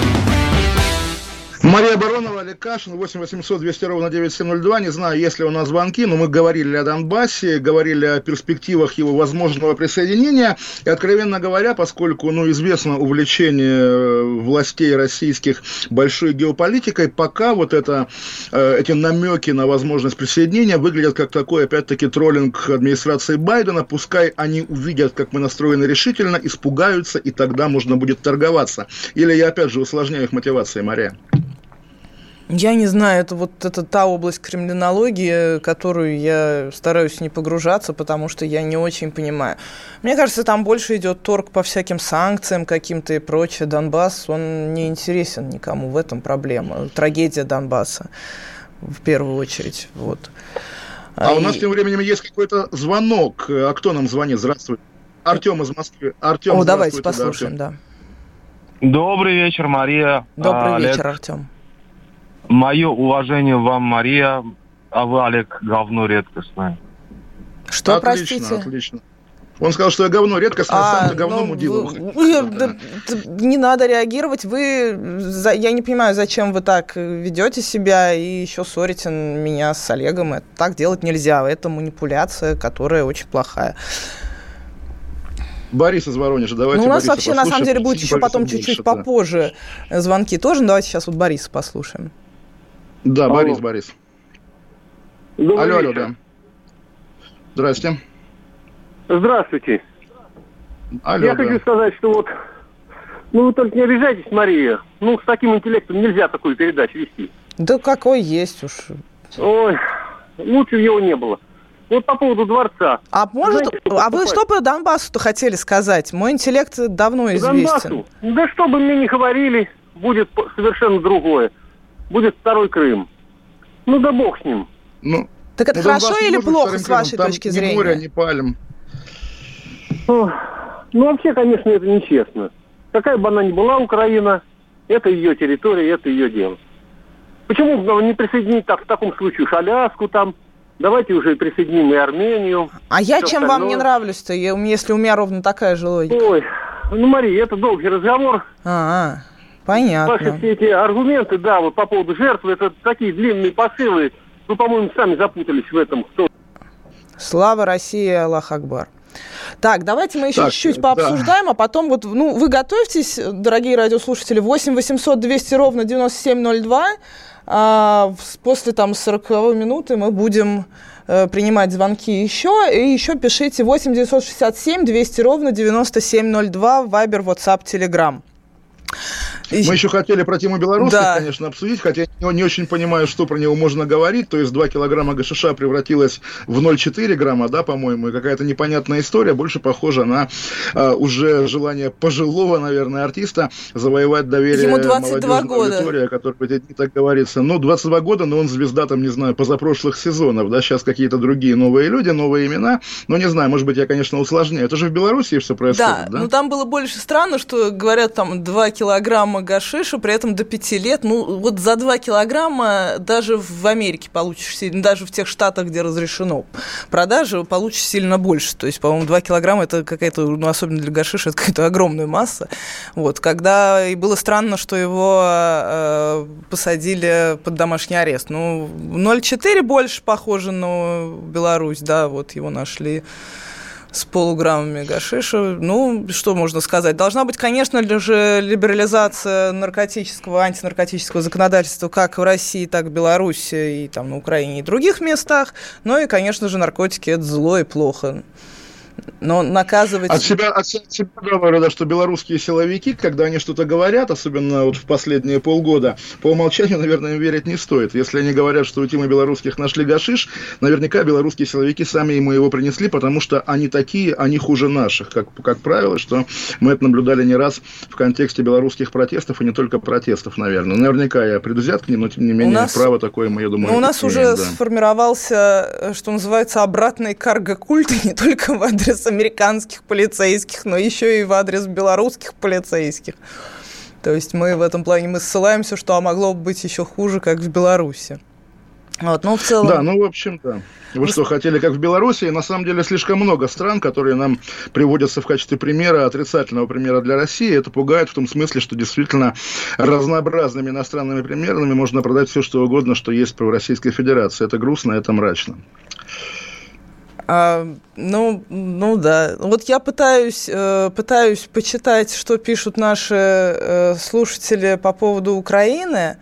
[SPEAKER 2] Мария Баронова, Олег Кашин, восемь восемьсот двести ровно девяносто семь ноль два. Не знаю, есть ли у нас звонки, но мы говорили о Донбассе, говорили о перспективах его возможного присоединения. И, откровенно говоря, поскольку, ну, известно увлечение властей российских большой геополитикой, пока вот это, эти намеки на возможность присоединения выглядят как такой, опять-таки, троллинг администрации Байдена. Пускай они увидят, как мы настроены решительно, испугаются, и тогда можно будет торговаться. Или я, опять же, усложняю их мотивации, Мария?
[SPEAKER 3] Я не знаю, это вот это та область криминологии, в которую я стараюсь не погружаться, потому что я не очень понимаю. Мне кажется, там больше идет торг по всяким санкциям каким-то и прочее. Донбасс, он не интересен никому, в этом проблема. Трагедия Донбасса в первую очередь. Вот.
[SPEAKER 2] А
[SPEAKER 3] и...
[SPEAKER 2] у нас тем временем есть какой-то звонок. А кто нам звонит? Здравствуйте. Артем из Москвы. Артем,
[SPEAKER 3] О, давайте послушаем, да.
[SPEAKER 11] Добрый вечер, Мария.
[SPEAKER 3] Добрый
[SPEAKER 11] Олег.
[SPEAKER 3] вечер, Артем.
[SPEAKER 11] Мое уважение вам, Мария, а вы, Олег, говно редкостное.
[SPEAKER 3] Что,
[SPEAKER 2] отлично,
[SPEAKER 3] простите?
[SPEAKER 2] Отлично. Он сказал, что я говно редкостное, а сам-то говно мудила.
[SPEAKER 3] Вы, да, не надо реагировать. Вы, за, я не понимаю, зачем вы так ведете себя и еще ссорите меня с Олегом. Это так делать нельзя. Это манипуляция, которая очень плохая.
[SPEAKER 2] Борис из Воронежа, давайте.
[SPEAKER 3] Ну, у нас
[SPEAKER 2] Бориса
[SPEAKER 3] вообще, на самом деле, будет еще потом
[SPEAKER 2] больше,
[SPEAKER 3] чуть-чуть
[SPEAKER 2] да.
[SPEAKER 3] попозже звонки тоже. Давайте сейчас вот Бориса послушаем.
[SPEAKER 2] Да,
[SPEAKER 12] алло.
[SPEAKER 2] Борис, Борис.
[SPEAKER 12] Добрый
[SPEAKER 2] алло,
[SPEAKER 12] вечер.
[SPEAKER 2] алло, да. Здрасте.
[SPEAKER 12] Здравствуйте.
[SPEAKER 2] Алло,
[SPEAKER 12] Я
[SPEAKER 2] да.
[SPEAKER 12] хочу сказать, что вот, ну вы только не обижайтесь, Мария, ну с таким интеллектом нельзя такую передачу вести.
[SPEAKER 3] Да какой есть уж.
[SPEAKER 12] Ой, лучше его не было. Вот по поводу дворца.
[SPEAKER 3] А может,
[SPEAKER 12] Знаете, что
[SPEAKER 3] а вы
[SPEAKER 12] поступать?
[SPEAKER 3] что по Донбассу-то хотели сказать? Мой интеллект давно
[SPEAKER 12] По
[SPEAKER 3] известен.
[SPEAKER 12] Донбассу? Да что бы мне ни говорили, будет совершенно другое. Будет второй Крым. Ну да бог с ним.
[SPEAKER 2] Ну,
[SPEAKER 3] так это
[SPEAKER 2] ну,
[SPEAKER 3] хорошо
[SPEAKER 2] Донбасс
[SPEAKER 3] или
[SPEAKER 2] может
[SPEAKER 3] плохо, с
[SPEAKER 2] Крымом,
[SPEAKER 3] вашей
[SPEAKER 2] там
[SPEAKER 3] точки
[SPEAKER 2] ни
[SPEAKER 3] зрения?
[SPEAKER 2] моря, ни пальм.
[SPEAKER 12] Ну, ну, вообще, конечно, это нечестно. Какая бы она ни была Украина, это ее территория, это ее дело. Почему бы не присоединить так, в таком случае Аляску там? Давайте уже присоединим и Армению.
[SPEAKER 3] А я чем
[SPEAKER 12] остальное.
[SPEAKER 3] вам не нравлюсь-то, если у меня ровно такая же логика?
[SPEAKER 12] Ой, ну, Мария, это долгий разговор.
[SPEAKER 3] А, понятно.
[SPEAKER 12] Ваши все эти аргументы, да, вот по поводу жертвы, это такие длинные посылы. Вы, по-моему, сами запутались в этом. Кто...
[SPEAKER 3] Слава России, Аллах Акбар. Так, давайте мы еще
[SPEAKER 2] так,
[SPEAKER 3] чуть-чуть пообсуждаем, да. А потом вот, ну, вы готовьтесь, дорогие радиослушатели, восемь восемьсот двести ровно девяносто семь ноль два. А после там сороковой минуты мы будем э, принимать звонки еще. И еще пишите восемь девятьсот шестьдесят семь двести ровно девяносто семь ноль два, Вайбер, WhatsApp, Telegram.
[SPEAKER 2] Мы еще хотели про тему белорусских,
[SPEAKER 3] да.
[SPEAKER 2] конечно, обсудить, хотя я не очень понимаю, что про него можно говорить. То есть два килограмма гашиша превратилось в ноль целых четыре десятых грамма, да, по-моему, и какая-то непонятная история, больше похожа на а, уже желание пожилого, наверное, артиста завоевать доверие
[SPEAKER 3] Ему двадцать два года.
[SPEAKER 2] Аудитории, о которой в эти дни так говорится. Ну, двадцать два года, но он звезда, там, не знаю, позапрошлых сезонов, да, сейчас какие-то другие новые люди, новые имена, но не знаю, может быть, я, конечно, усложняю. Это же в Беларуси все происходит, да?
[SPEAKER 3] Да, ну там было больше странно, что говорят, там, два килограмма гашиша, при этом до пяти лет. Ну, вот за два килограмма даже в Америке получишь, даже в тех штатах, где разрешено продажа, получишь сильно больше. То есть, по-моему, два килограмма – это какая-то, ну, особенно для гашиша, это какая-то огромная масса. Вот, когда и было странно, что его э, посадили под домашний арест. Ну, ноль целых четыре больше похоже на Беларусь, да, вот его нашли с полуграммами гашиша. Ну, что можно сказать? Должна быть, конечно же, либерализация наркотического, антинаркотического законодательства как в России, так и в Беларуси, и там на Украине, и других местах. Ну и, конечно же, наркотики – это зло и плохо. Но наказывать...
[SPEAKER 2] От себя, от себя говорю, да, что белорусские силовики, когда они что-то говорят, особенно вот в последние полгода, по умолчанию, наверное, им верить не стоит. Если они говорят, что у Тимы белорусских нашли гашиш, наверняка белорусские силовики сами ему его принесли, потому что они такие, они хуже наших, как, как правило, что мы это наблюдали не раз в контексте белорусских протестов, и не только протестов, наверное. Наверняка я предвзят к ним, но тем не менее нас... право такое, мы, я думаю...
[SPEAKER 3] Ну, у нас
[SPEAKER 2] имеем,
[SPEAKER 3] уже
[SPEAKER 2] да.
[SPEAKER 3] сформировался, что называется, обратный карго-культ, и не только в адрес американских полицейских, но еще и в адрес белорусских полицейских. То есть мы в этом плане мы ссылаемся, что а могло бы быть еще хуже, как в Беларуси. Вот, ну, в целом...
[SPEAKER 2] Да, ну, в общем, да. Вы что, хотели, как в Беларуси? На самом деле, слишком много стран, которые нам приводятся в качестве примера, отрицательного примера для России. Это пугает в том смысле, что действительно разнообразными иностранными примерами можно продать все, что угодно, что есть в Российской Федерации. Это грустно, это мрачно.
[SPEAKER 3] А, ну, ну да. Вот я пытаюсь, э, пытаюсь почитать, что пишут наши э, слушатели по поводу Украины.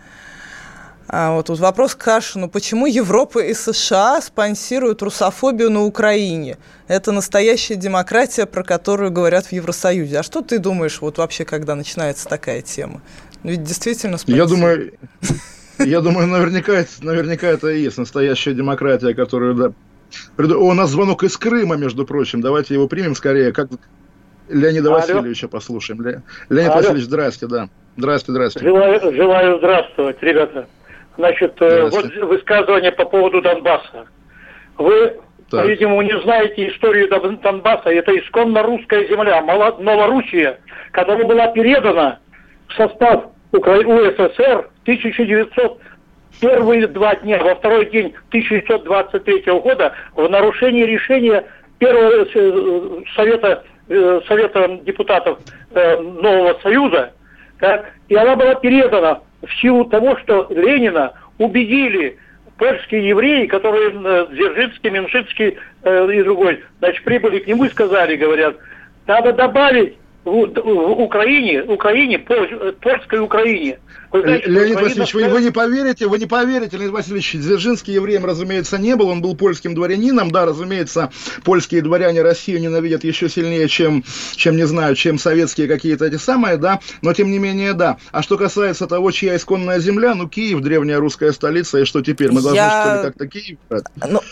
[SPEAKER 3] А вот тут вопрос к Кашину. Почему Европа и США спонсируют русофобию на Украине? Это настоящая демократия, про которую говорят в Евросоюзе. А что ты думаешь, вот вообще, когда начинается такая тема? Ведь действительно спонсируют. Я думаю,
[SPEAKER 2] я думаю, наверняка, наверняка это и есть настоящая демократия, которую... Да, у нас звонок из Крыма, между прочим. Давайте его примем скорее. Как Леонида Алло. Васильевича послушаем. Ле... Леонид Алло. Васильевич, здрасте, да. Здрасте, здрасте.
[SPEAKER 13] Желаю, желаю здравствовать, ребята. Значит, вот высказывание по поводу Донбасса. Вы, так. по-видимому, не знаете историю Донбасса. Это исконно русская земля, Новороссия, которая была передана в состав УССР в тысяча девятьсот первые два дня, во второй день тысяча девятьсот двадцать третьего года в нарушении решения первого совета, совета депутатов Нового Союза, так, и она была передана в силу того, что Ленина убедили польские евреи, которые э, Дзержинский, Меншицкий э, и другой, значит, прибыли к нему и сказали, говорят, надо добавить в, в Украине, Украине, польской Украине. Вы знаете,
[SPEAKER 2] Леонид Украина... Васильевич, вы, вы не поверите, вы не поверите, Леонид Васильевич, Дзержинский евреем, разумеется, не был, он был польским дворянином, да, разумеется, польские дворяне Россию ненавидят еще сильнее, чем, чем, не знаю, чем советские какие-то эти самые, да, но тем не менее, да. А что касается того, чья исконная земля, ну, Киев, древняя русская столица, и что теперь, мы должны, Я... что ли, как-то Киев брать?
[SPEAKER 3] Ну...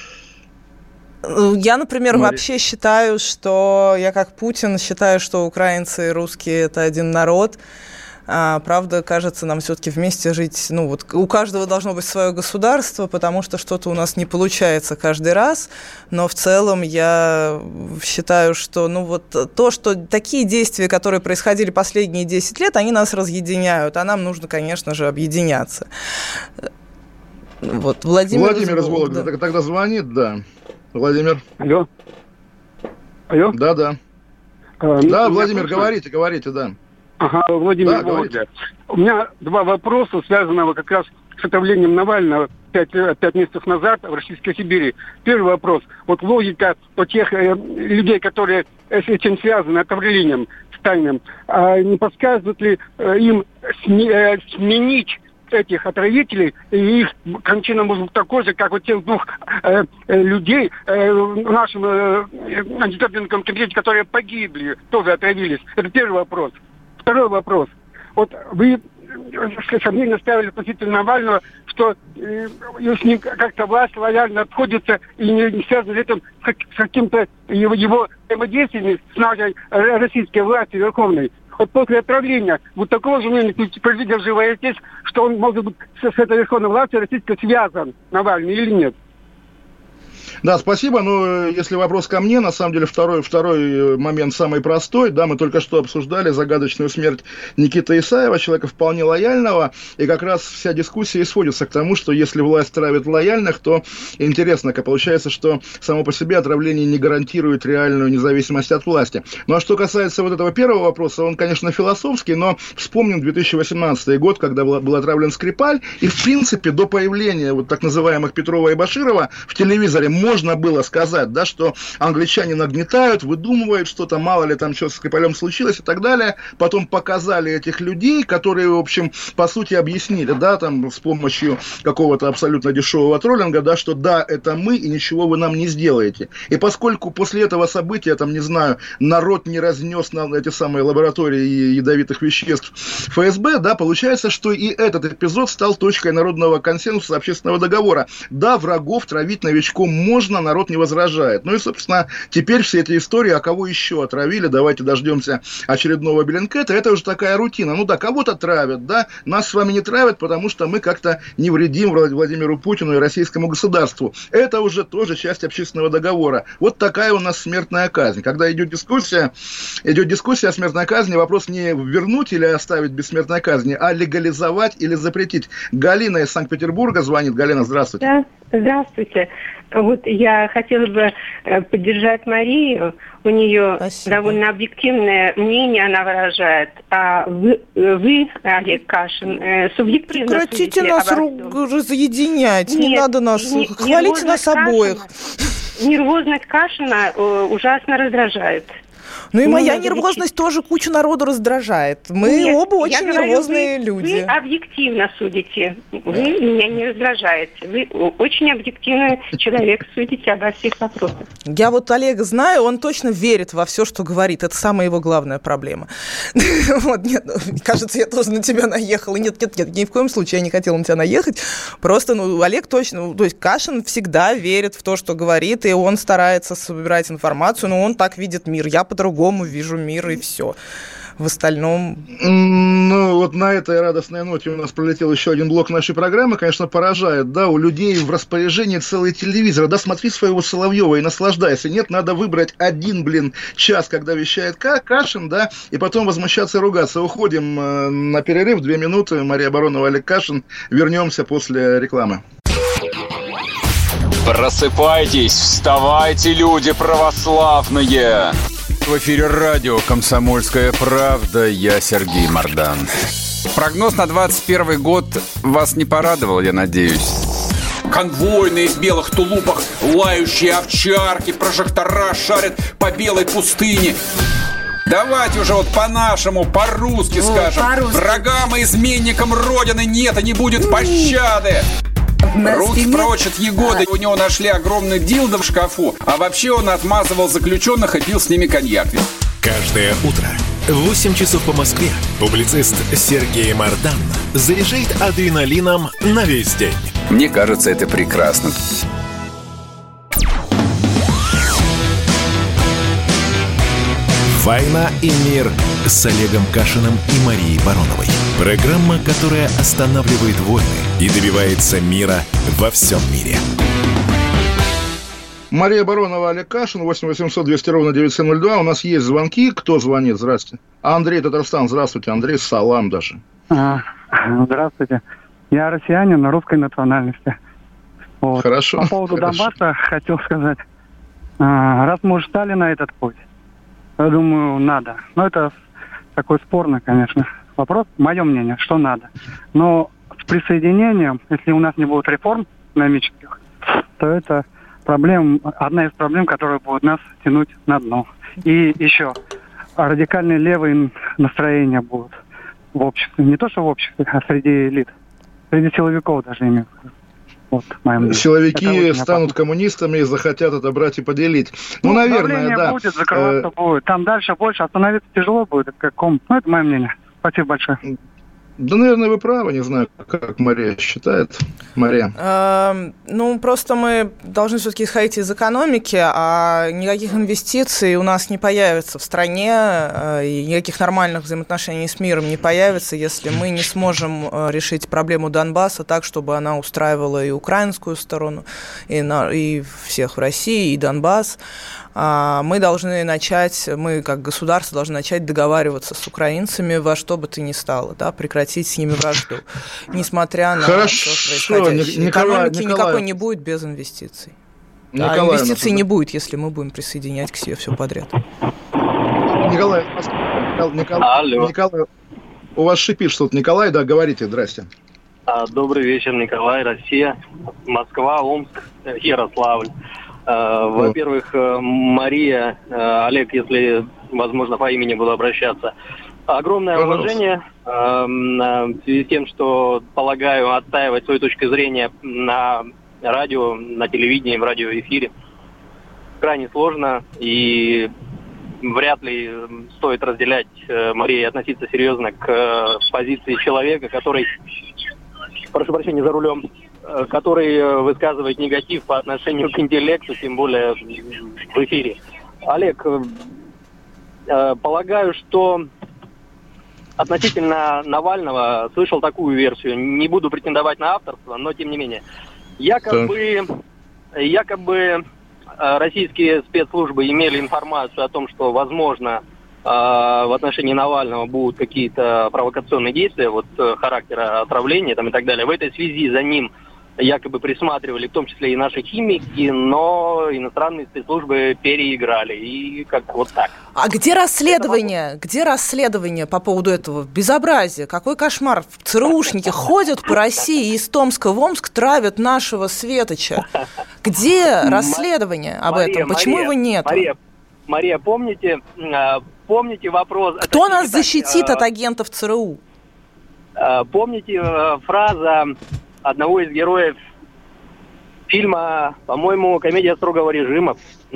[SPEAKER 3] Я, например, Мария. вообще считаю, что я как Путин считаю, что украинцы и русские – это один народ. А, правда, кажется, нам все-таки вместе жить, ну вот у каждого должно быть свое государство, потому что что-то у нас не получается каждый раз, но в целом я считаю, что ну вот то, что такие действия, которые происходили последние десять лет, они нас разъединяют, а нам нужно, конечно же, объединяться. Вот, Владимир,
[SPEAKER 2] Владимир из Вологды да. тогда звонит, да. Владимир.
[SPEAKER 14] Алло. Алло.
[SPEAKER 2] Да, да. А, да, Владимир, вопрос... говорите, говорите, да.
[SPEAKER 14] Ага, Владимир да, Вологда. У меня два вопроса, связанного как раз с отравлением Навального пять, пять месяцев назад в Российской Сибири. Первый вопрос. Вот логика у тех э, людей, которые с этим связаны, отравлением Сталиным, а не подсказывает ли э, им сме, э, сменить этих отравителей, и их кончина может быть такой же, как вот тех двух э, э, людей э, в нашем э, антидопинговом комитете, которые погибли, тоже отравились. Это первый вопрос. Второй вопрос. Вот вы сомнения ставили относительно Навального, что э, если как-то власть лояльно отходится и не, не связано с этим с каким-то его, его взаимодействием с нашей российской властью верховной. Вот после отравления вот такого же мнения придерживаетесь, что он может быть с, с этой верховной властью российской связан, Навальный, или нет?
[SPEAKER 2] Да, спасибо. Но если вопрос ко мне, на самом деле второй, второй момент самый простой. Да, мы только что обсуждали загадочную смерть Никиты Исаева, человека вполне лояльного. И как раз вся дискуссия сводится к тому, что если власть травит лояльных, то интересно, как получается, что само по себе отравление не гарантирует реальную независимость от власти. Ну а что касается вот этого первого вопроса, он, конечно, философский, но вспомним две тысячи восемнадцатый год, когда был, был отравлен Скрипаль. И, в принципе, до появления вот так называемых Петрова и Баширова в телевизоре можно было сказать, да, что англичане нагнетают, выдумывают что-то, мало ли там что с Скрипалем случилось и так далее. Потом показали этих людей, которые, в общем, по сути объяснили, да, там с помощью какого-то абсолютно дешевого троллинга, да, что да, это мы и ничего вы нам не сделаете. И поскольку после этого события, там, не знаю, народ не разнес на эти самые лаборатории ядовитых веществ ФСБ, да, получается, что и этот эпизод стал точкой народного консенсуса, общественного договора. Да, врагов травить новичком можно, народ не возражает. Ну и, собственно, теперь все эти истории, а кого еще отравили, давайте дождемся очередного Беллинкета, это уже такая рутина. Ну да, кого-то травят, да, нас с вами не травят, потому что мы как-то не вредим Владимиру Путину и российскому государству. Это уже тоже часть общественного договора. Вот такая у нас смертная казнь. Когда идет дискуссия, идет дискуссия о смертной казни, вопрос не вернуть или оставить без смертной казни, а легализовать или запретить. Галина из Санкт-Петербурга звонит. Галина, здравствуйте.
[SPEAKER 15] Да, здравствуйте. Вот я хотела бы поддержать Марию. У нее Спасибо. довольно объективное мнение она выражает. А вы, вы Олег Кашин, субъективно
[SPEAKER 3] Прекратите нас ру- разъединять. Нет, не надо нас... Не, хвалите нас Кашина, обоих.
[SPEAKER 15] Нервозность Кашина ужасно раздражает.
[SPEAKER 3] Ну и моя ну, нервозность тоже кучу народу раздражает. Мы Нет, оба очень говорю, нервозные
[SPEAKER 15] вы,
[SPEAKER 3] люди.
[SPEAKER 15] Вы объективно судите. Вы меня не раздражаете. Вы очень объективный человек, судите обо всех вопросах.
[SPEAKER 3] Я вот Олега знаю, он точно верит во все, что говорит. Это самая его главная проблема. Вот, нет, кажется, я тоже на тебя наехала. Нет, нет, нет, ни в коем случае я не хотела на тебя наехать. Просто, ну, Олег точно, то есть Кашин всегда верит в то, что говорит, и он старается собирать информацию, но он так видит мир. Я по-другому вижу мир, и все. В остальном...
[SPEAKER 2] Ну, вот на этой радостной ноте у нас пролетел еще один блок нашей программы. Конечно, поражает, да, у людей в распоряжении целый телевизор. Да, смотри своего Соловьева и наслаждайся. Нет, надо выбрать один, блин, час, когда вещает Кашин, да, и потом возмущаться и ругаться. Уходим э, на перерыв, две минуты. Мария Баронова, Олег Кашин. Вернемся после рекламы.
[SPEAKER 16] Просыпайтесь, вставайте, люди православные! В эфире радио «Комсомольская правда». Я Сергей Мордан. Прогноз на двадцать первый год вас не порадовал, я надеюсь. Конвойные в белых тулупах, лающие овчарки, прожектора шарят по белой пустыне. Давайте уже вот по-нашему, по-русски вот, скажем. По-русски. Врагам и изменникам Родины нет и не будет пощады. Руки прочь от Егоды. У него нашли огромный дилдо в шкафу. А вообще он отмазывал заключенных и пил с ними коньяк.
[SPEAKER 1] Каждое утро в восемь часов по Москве публицист Сергей Мордан заряжает адреналином на весь день.
[SPEAKER 16] Мне кажется, это прекрасно.
[SPEAKER 1] «Война и мир» с Олегом Кашиным и Марией Бароновой. Программа, которая останавливает войны и добивается мира во всем мире.
[SPEAKER 2] Мария Баронова, Олег Кашин, восемь восемьсот двести ровно девять семь ноль два. У нас есть звонки. Кто звонит? Здравствуйте. Андрей, Татарстан. Здравствуйте. Андрей, салам даже.
[SPEAKER 17] А, здравствуйте. Я россиянин русской национальности. Вот.
[SPEAKER 2] Хорошо.
[SPEAKER 17] По поводу
[SPEAKER 2] хорошо.
[SPEAKER 17] Донбасса хотел сказать. А, раз мы уже стали на этот путь, я думаю, надо. Но это такой спорный, конечно, вопрос. Мое мнение, что надо. Но с присоединением, если у нас не будет реформ экономических, то это проблем, одна из проблем, которая будет нас тянуть на дно. И еще радикальные левые настроения будут в обществе. Не то, что в обществе, а среди элит. Среди силовиков даже имею в виду. Вот,
[SPEAKER 2] Силовики станут коммунистами и захотят отобрать и поделить. Ну, ну наверное, да.
[SPEAKER 17] будет, закрываться э... будет. Там дальше больше, остановиться тяжело будет. Как ком. Ну, это мое мнение. Спасибо большое.
[SPEAKER 2] Да, наверное, вы правы, не знаю, как Мария считает. Мария.
[SPEAKER 3] Э, ну, просто мы должны все-таки исходить из экономики, а никаких инвестиций у нас не появится в стране, э, и никаких нормальных взаимоотношений с миром не появится, если мы не сможем э, решить проблему Донбасса так, чтобы она устраивала и украинскую сторону, и, на, и всех в России, и Донбасс. Мы должны начать, мы как государство должны начать договариваться с украинцами во что бы то ни стало, да, прекратить с ними вражду, несмотря на
[SPEAKER 2] Хорошо,
[SPEAKER 3] все происходящее.
[SPEAKER 2] Николай,
[SPEAKER 3] Экономики
[SPEAKER 2] Николай.
[SPEAKER 3] никакой не будет без инвестиций.
[SPEAKER 2] Николай,
[SPEAKER 3] а инвестиций
[SPEAKER 2] нас...
[SPEAKER 3] не будет, если мы будем присоединять к себе все подряд.
[SPEAKER 2] Николай, Николай, Николай, у вас шипит что-то. Николай, да, говорите, здрасте.
[SPEAKER 18] Добрый вечер, Николай, Россия, Москва, Омск, Ярославль. Во-первых, Мария, Олег, если возможно по имени буду обращаться, огромное Пожалуйста. уважение в связи с тем, что, полагаю, отстаивать свою точку зрения на радио, на телевидении, в радиоэфире крайне сложно, и вряд ли стоит разделять Марии и относиться серьезно к позиции человека, который, прошу прощения, за рулем, который высказывает негатив по отношению к интеллекту, тем более в эфире. Олег, полагаю, что относительно Навального слышал такую версию. Не буду претендовать на авторство, но тем не менее. Якобы, якобы российские спецслужбы имели информацию о том, что, возможно, в отношении Навального будут какие-то провокационные действия вот характера отравления там, и так далее. В этой связи за ним якобы присматривали, в том числе и наши химики, но иностранные спецслужбы переиграли. И как вот так.
[SPEAKER 3] А где расследование? Это... Где расследование по поводу этого безобразия? Какой кошмар? ЦРУшники ходят по России и из Томска в Омск травят нашего Светоча. Где расследование об
[SPEAKER 18] Мария,
[SPEAKER 3] этом? Почему
[SPEAKER 18] Мария,
[SPEAKER 3] его нет?
[SPEAKER 18] Мария, Мария, помните, помните вопрос...
[SPEAKER 3] Кто это, нас защитит так, от агентов ЦРУ?
[SPEAKER 18] Помните фраза одного из героев фильма, по-моему, «Комедия строгого режима».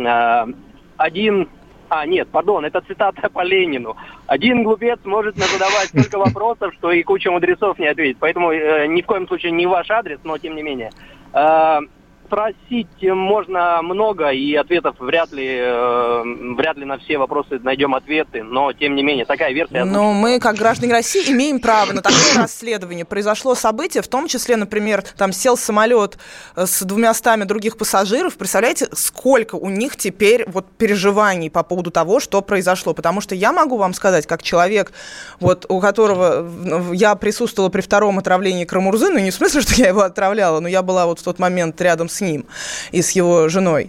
[SPEAKER 18] Один... А, нет, пардон, это цитата по Ленину. Один глупец может задавать столько вопросов, что и куча мудрецов не ответит. Поэтому э, ни в коем случае не ваш адрес, но тем не менее. Э, спросить можно много, и ответов вряд ли, э, вряд ли на все вопросы найдем ответы, но тем не менее, такая версия...
[SPEAKER 3] Но мы, как граждане России, имеем право на такое расследование. Произошло событие, в том числе, например, там сел самолет с двумястами других пассажиров. Представляете, сколько у них теперь вот переживаний по поводу того, что произошло. Потому что я могу вам сказать, как человек, вот, у которого я присутствовала при втором отравлении Карамурзы, ну не в смысле, что я его отравляла, но я была вот в тот момент рядом с ним и с его женой.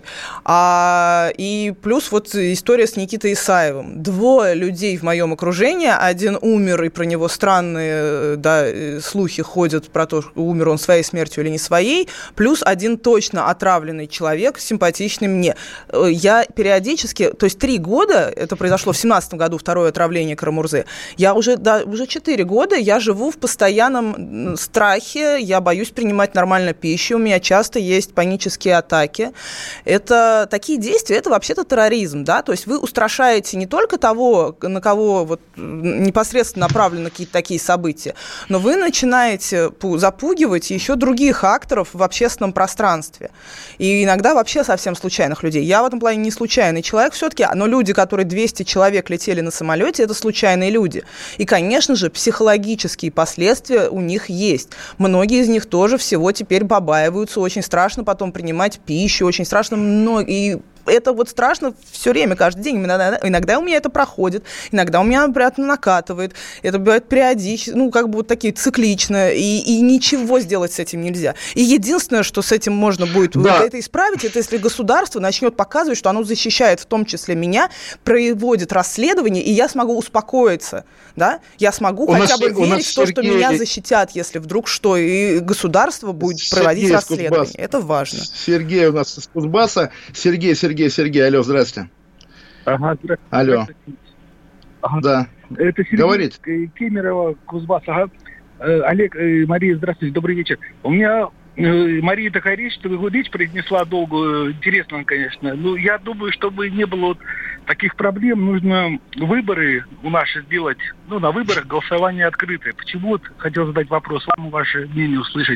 [SPEAKER 3] А, и плюс вот история с Никитой Исаевым. Двое людей в моем окружении, один умер, и про него странные да, слухи ходят про то, умер он своей смертью или не своей, плюс один точно отравленный человек, симпатичный мне. Я периодически, то есть три года, это произошло в семнадцатом году, второе отравление Карамурзы, я уже, да, уже четыре года я живу в постоянном страхе, я боюсь принимать нормально пищу, у меня часто есть панические атаки. Это такие действия, это вообще-то терроризм, да, то есть вы устрашаете не только того, на кого вот непосредственно направлены какие-то такие события, но вы начинаете запугивать еще других акторов в общественном пространстве. И иногда вообще совсем случайных людей. Я в этом плане не случайный человек все-таки, но люди, которые двести человек летели на самолете, это случайные люди. И, конечно же, психологические последствия у них есть. Многие из них тоже всего теперь побаиваются, очень страшно потом принимать пищу, очень страшно много, и это вот страшно все время, каждый день. Иногда, иногда у меня это проходит, иногда у меня обратно накатывает. Это бывает периодически, ну, как бы вот такие циклично, и, и ничего сделать с этим нельзя. И единственное, что с этим можно будет да. это исправить, это если государство начнет показывать, что оно защищает в том числе меня, проводит расследование, и я смогу успокоиться, да? Я смогу у хотя нас, бы верить в то, Сергей... что меня защитят, если вдруг что, и государство будет Сергей проводить расследование. Это важно.
[SPEAKER 2] Сергей у нас из Кузбасса. Сергей, Сергей. Сергей, Сергей, алло, здрасте.
[SPEAKER 19] Ага, здравствуйте.
[SPEAKER 2] Алло.
[SPEAKER 19] Ага.
[SPEAKER 2] Да.
[SPEAKER 19] Это Сергей
[SPEAKER 2] Говорит.
[SPEAKER 19] Кемерово, Кузбасс. Ага. Олег, Мария, здравствуйте, добрый вечер. У меня Мария такая речь, что речь произнесла долгую, интересно, конечно. Ну, я думаю, чтобы не было вот таких проблем, нужно выборы у нас сделать, ну, на выборах голосование открытое. Почему, вот, хотел задать вопрос, вам ваше мнение услышать.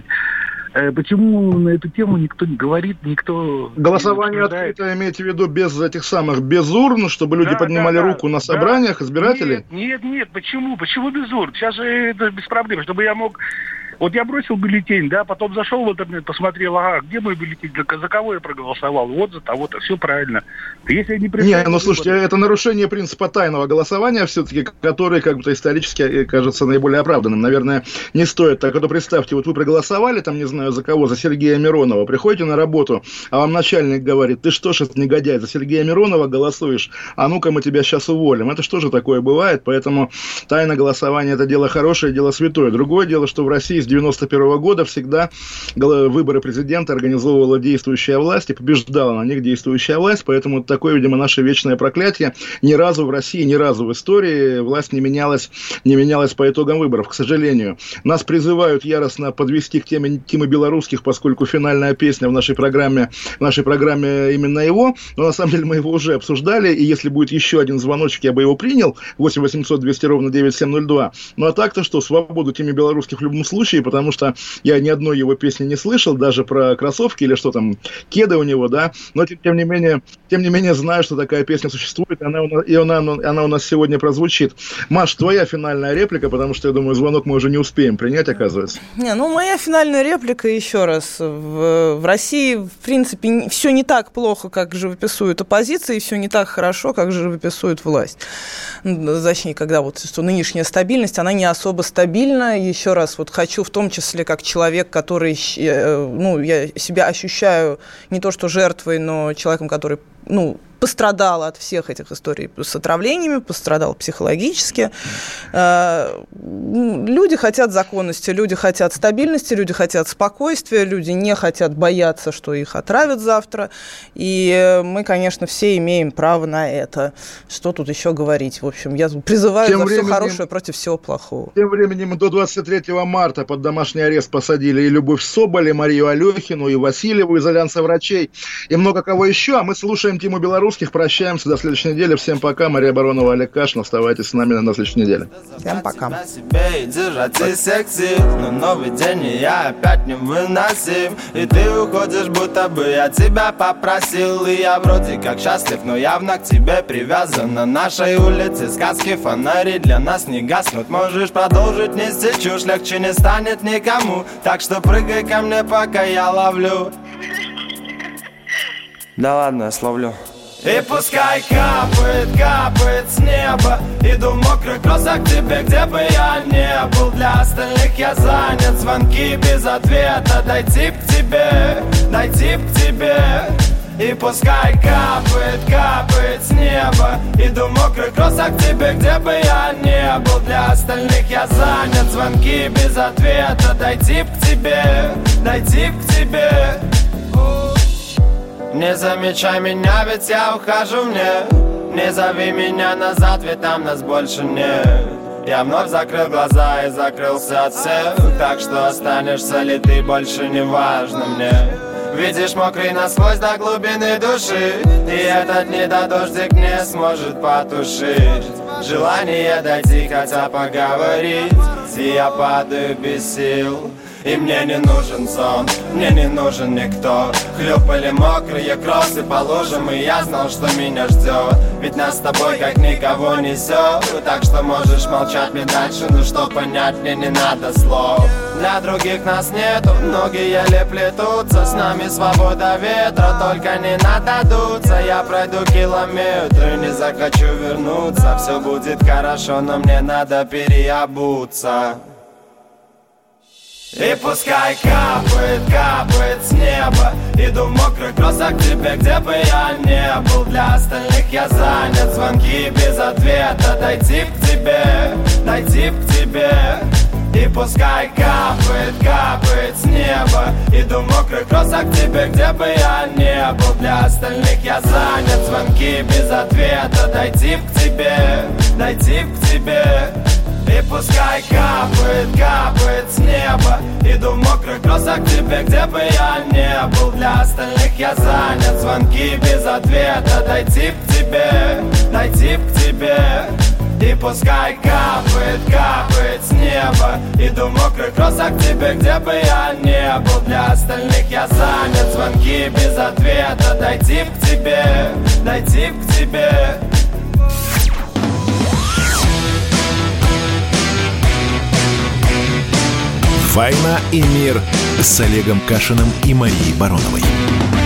[SPEAKER 19] Почему на эту тему никто не говорит, никто...
[SPEAKER 2] Голосование открытое, имеете в виду, без этих самых, без урн, чтобы люди да, поднимали да, руку да, на собраниях, да. избирателей?
[SPEAKER 19] Нет, нет, нет, почему? Почему без урн? Сейчас же это без проблем, чтобы я мог... Вот я бросил бюллетень, да, потом зашел в интернет, посмотрел, ага, где мой бюллетень, за кого я проголосовал, вот за того-то, все правильно. Если я не
[SPEAKER 2] Не, ну слушайте, выборы... это нарушение принципа тайного голосования все-таки, который как-то исторически кажется наиболее оправданным. Наверное, не стоит так. А то представьте, вот вы проголосовали, там, не знаю, за кого, за Сергея Миронова, приходите на работу, а вам начальник говорит, ты что ж, это негодяй, за Сергея Миронова голосуешь, а ну-ка мы тебя сейчас уволим. Это что же такое бывает? Поэтому тайное голосование – это дело хорошее, дело святое. Другое дело, что в России с девяносто первого года всегда выборы президента организовывала действующая власть и побеждала на них действующая власть, поэтому такое, видимо, наше вечное проклятие. Ни разу в России, ни разу в истории власть не менялась, не менялась по итогам выборов, к сожалению. Нас призывают яростно подвести к теме Тимы белорусских, поскольку финальная песня в нашей программе, в нашей программе именно его, но на самом деле мы его уже обсуждали, и если будет еще один звоночек, я бы его принял, восемь восемьсот двести ровно девять семь ноль два. Ну а так-то что, свободу теме белорусских в любом случае, потому что я ни одной его песни не слышал, даже про кроссовки или что там, кеды у него, да, но тем, тем не менее, тем не менее знаю, что такая песня существует, и она, и она, она у нас сегодня прозвучит. Маш, твоя финальная реплика, потому что, я думаю, звонок мы уже не успеем принять, оказывается.
[SPEAKER 3] Не, ну, моя финальная реплика, еще раз, в, в России, в принципе, все не так плохо, как живописует оппозиция, и все не так хорошо, как живописует власть. Точнее, когда вот, что нынешняя стабильность, она не особо стабильна. Еще раз, вот хочу в том числе, как человек, который, ну, я себя ощущаю не то что жертвой, но человеком, который, ну, пострадал от всех этих историй с отравлениями, пострадал психологически. Люди хотят законности, люди хотят стабильности, люди хотят спокойствия, люди не хотят бояться, что их отравят завтра. И мы, конечно, все имеем право на это. Что тут еще говорить? В общем, я призываю тем за временем, все хорошее против всего плохого.
[SPEAKER 2] Тем временем до двадцать третьего марта под домашний арест посадили и Любовь Соболь, и Марию Алехину, и Васильеву из Альянса врачей, и много кого еще. А мы слушаем Тиму Белорусских. Прощаемся до следующей недели. Всем пока. Мария Баронова, Олег Кашин. Оставайтесь с нами на следующей неделе.
[SPEAKER 3] Всем пока.
[SPEAKER 20] Но новый день, и я опять не выносим. И ты уходишь, будто бы я тебя попросил. И я вроде как счастлив, но явно к тебе привязан. На нашей улице сказки, фонари для нас не гаснут. Можешь продолжить нести чушь, легче не станет никому. Так что прыгай ко мне, пока я ловлю. Да ладно, я словлю. И пускай капает, капает с неба. Иду в мокрых кроссах к тебе, где бы я не был. Для остальных я занят, звонки без ответа. Дойти к тебе, дойти к тебе. И пускай капает, капает с неба. Иду в мокрых кроссах к тебе, где бы я не был. Для остальных я занят, звонки без ответа. Дойти к тебе, дойти к тебе. Не замечай меня, ведь я ухожу мне. Не зови меня назад, ведь там нас больше нет. Я вновь закрыл глаза и закрылся от всех. Так что останешься ли ты, больше не важно мне. Видишь, мокрый насквозь до глубины души. И этот недодождик не сможет потушить желание дойти, хотя поговорить. И я падаю без сил. И мне не нужен сон, мне не нужен никто. Хлюпали мокрые кроссы по лужам, и я знал, что меня ждет. Ведь нас с тобой как никого несет. Так что можешь молчать мне дальше, но что понять мне не надо слов. Для других нас нету, ноги еле плетутся. С нами свобода ветра, только не надо дуться. Я пройду километры, не захочу вернуться. Все будет хорошо, но мне надо переобуться. И пускай капает, капает с неба. Иду в мокрых кроссах к тебе, где бы я не был. Для остальных я занят, звонки без ответа. Дойти к тебе, дойти к тебе. И пускай капает, капает с неба. Иду в мокрых кроссах к тебе, где бы я не был. Для остальных я занят, звонки без ответа. Дойти к тебе, дойти к тебе. И пускай капает, капает с неба. Иду в мокрых кроссах к тебе, где бы я не был. Для остальных я занят, звонки без ответа. Дойти к тебе, дойти к тебе. И пускай капает, капает с неба. Иду в мокрых кроссах к тебе, где бы я не был. Для остальных я занят, звонки без ответа. Дойти к тебе, дойти к тебе.
[SPEAKER 1] «Война и мир» с Олегом Кашиным и Марией Бароновой.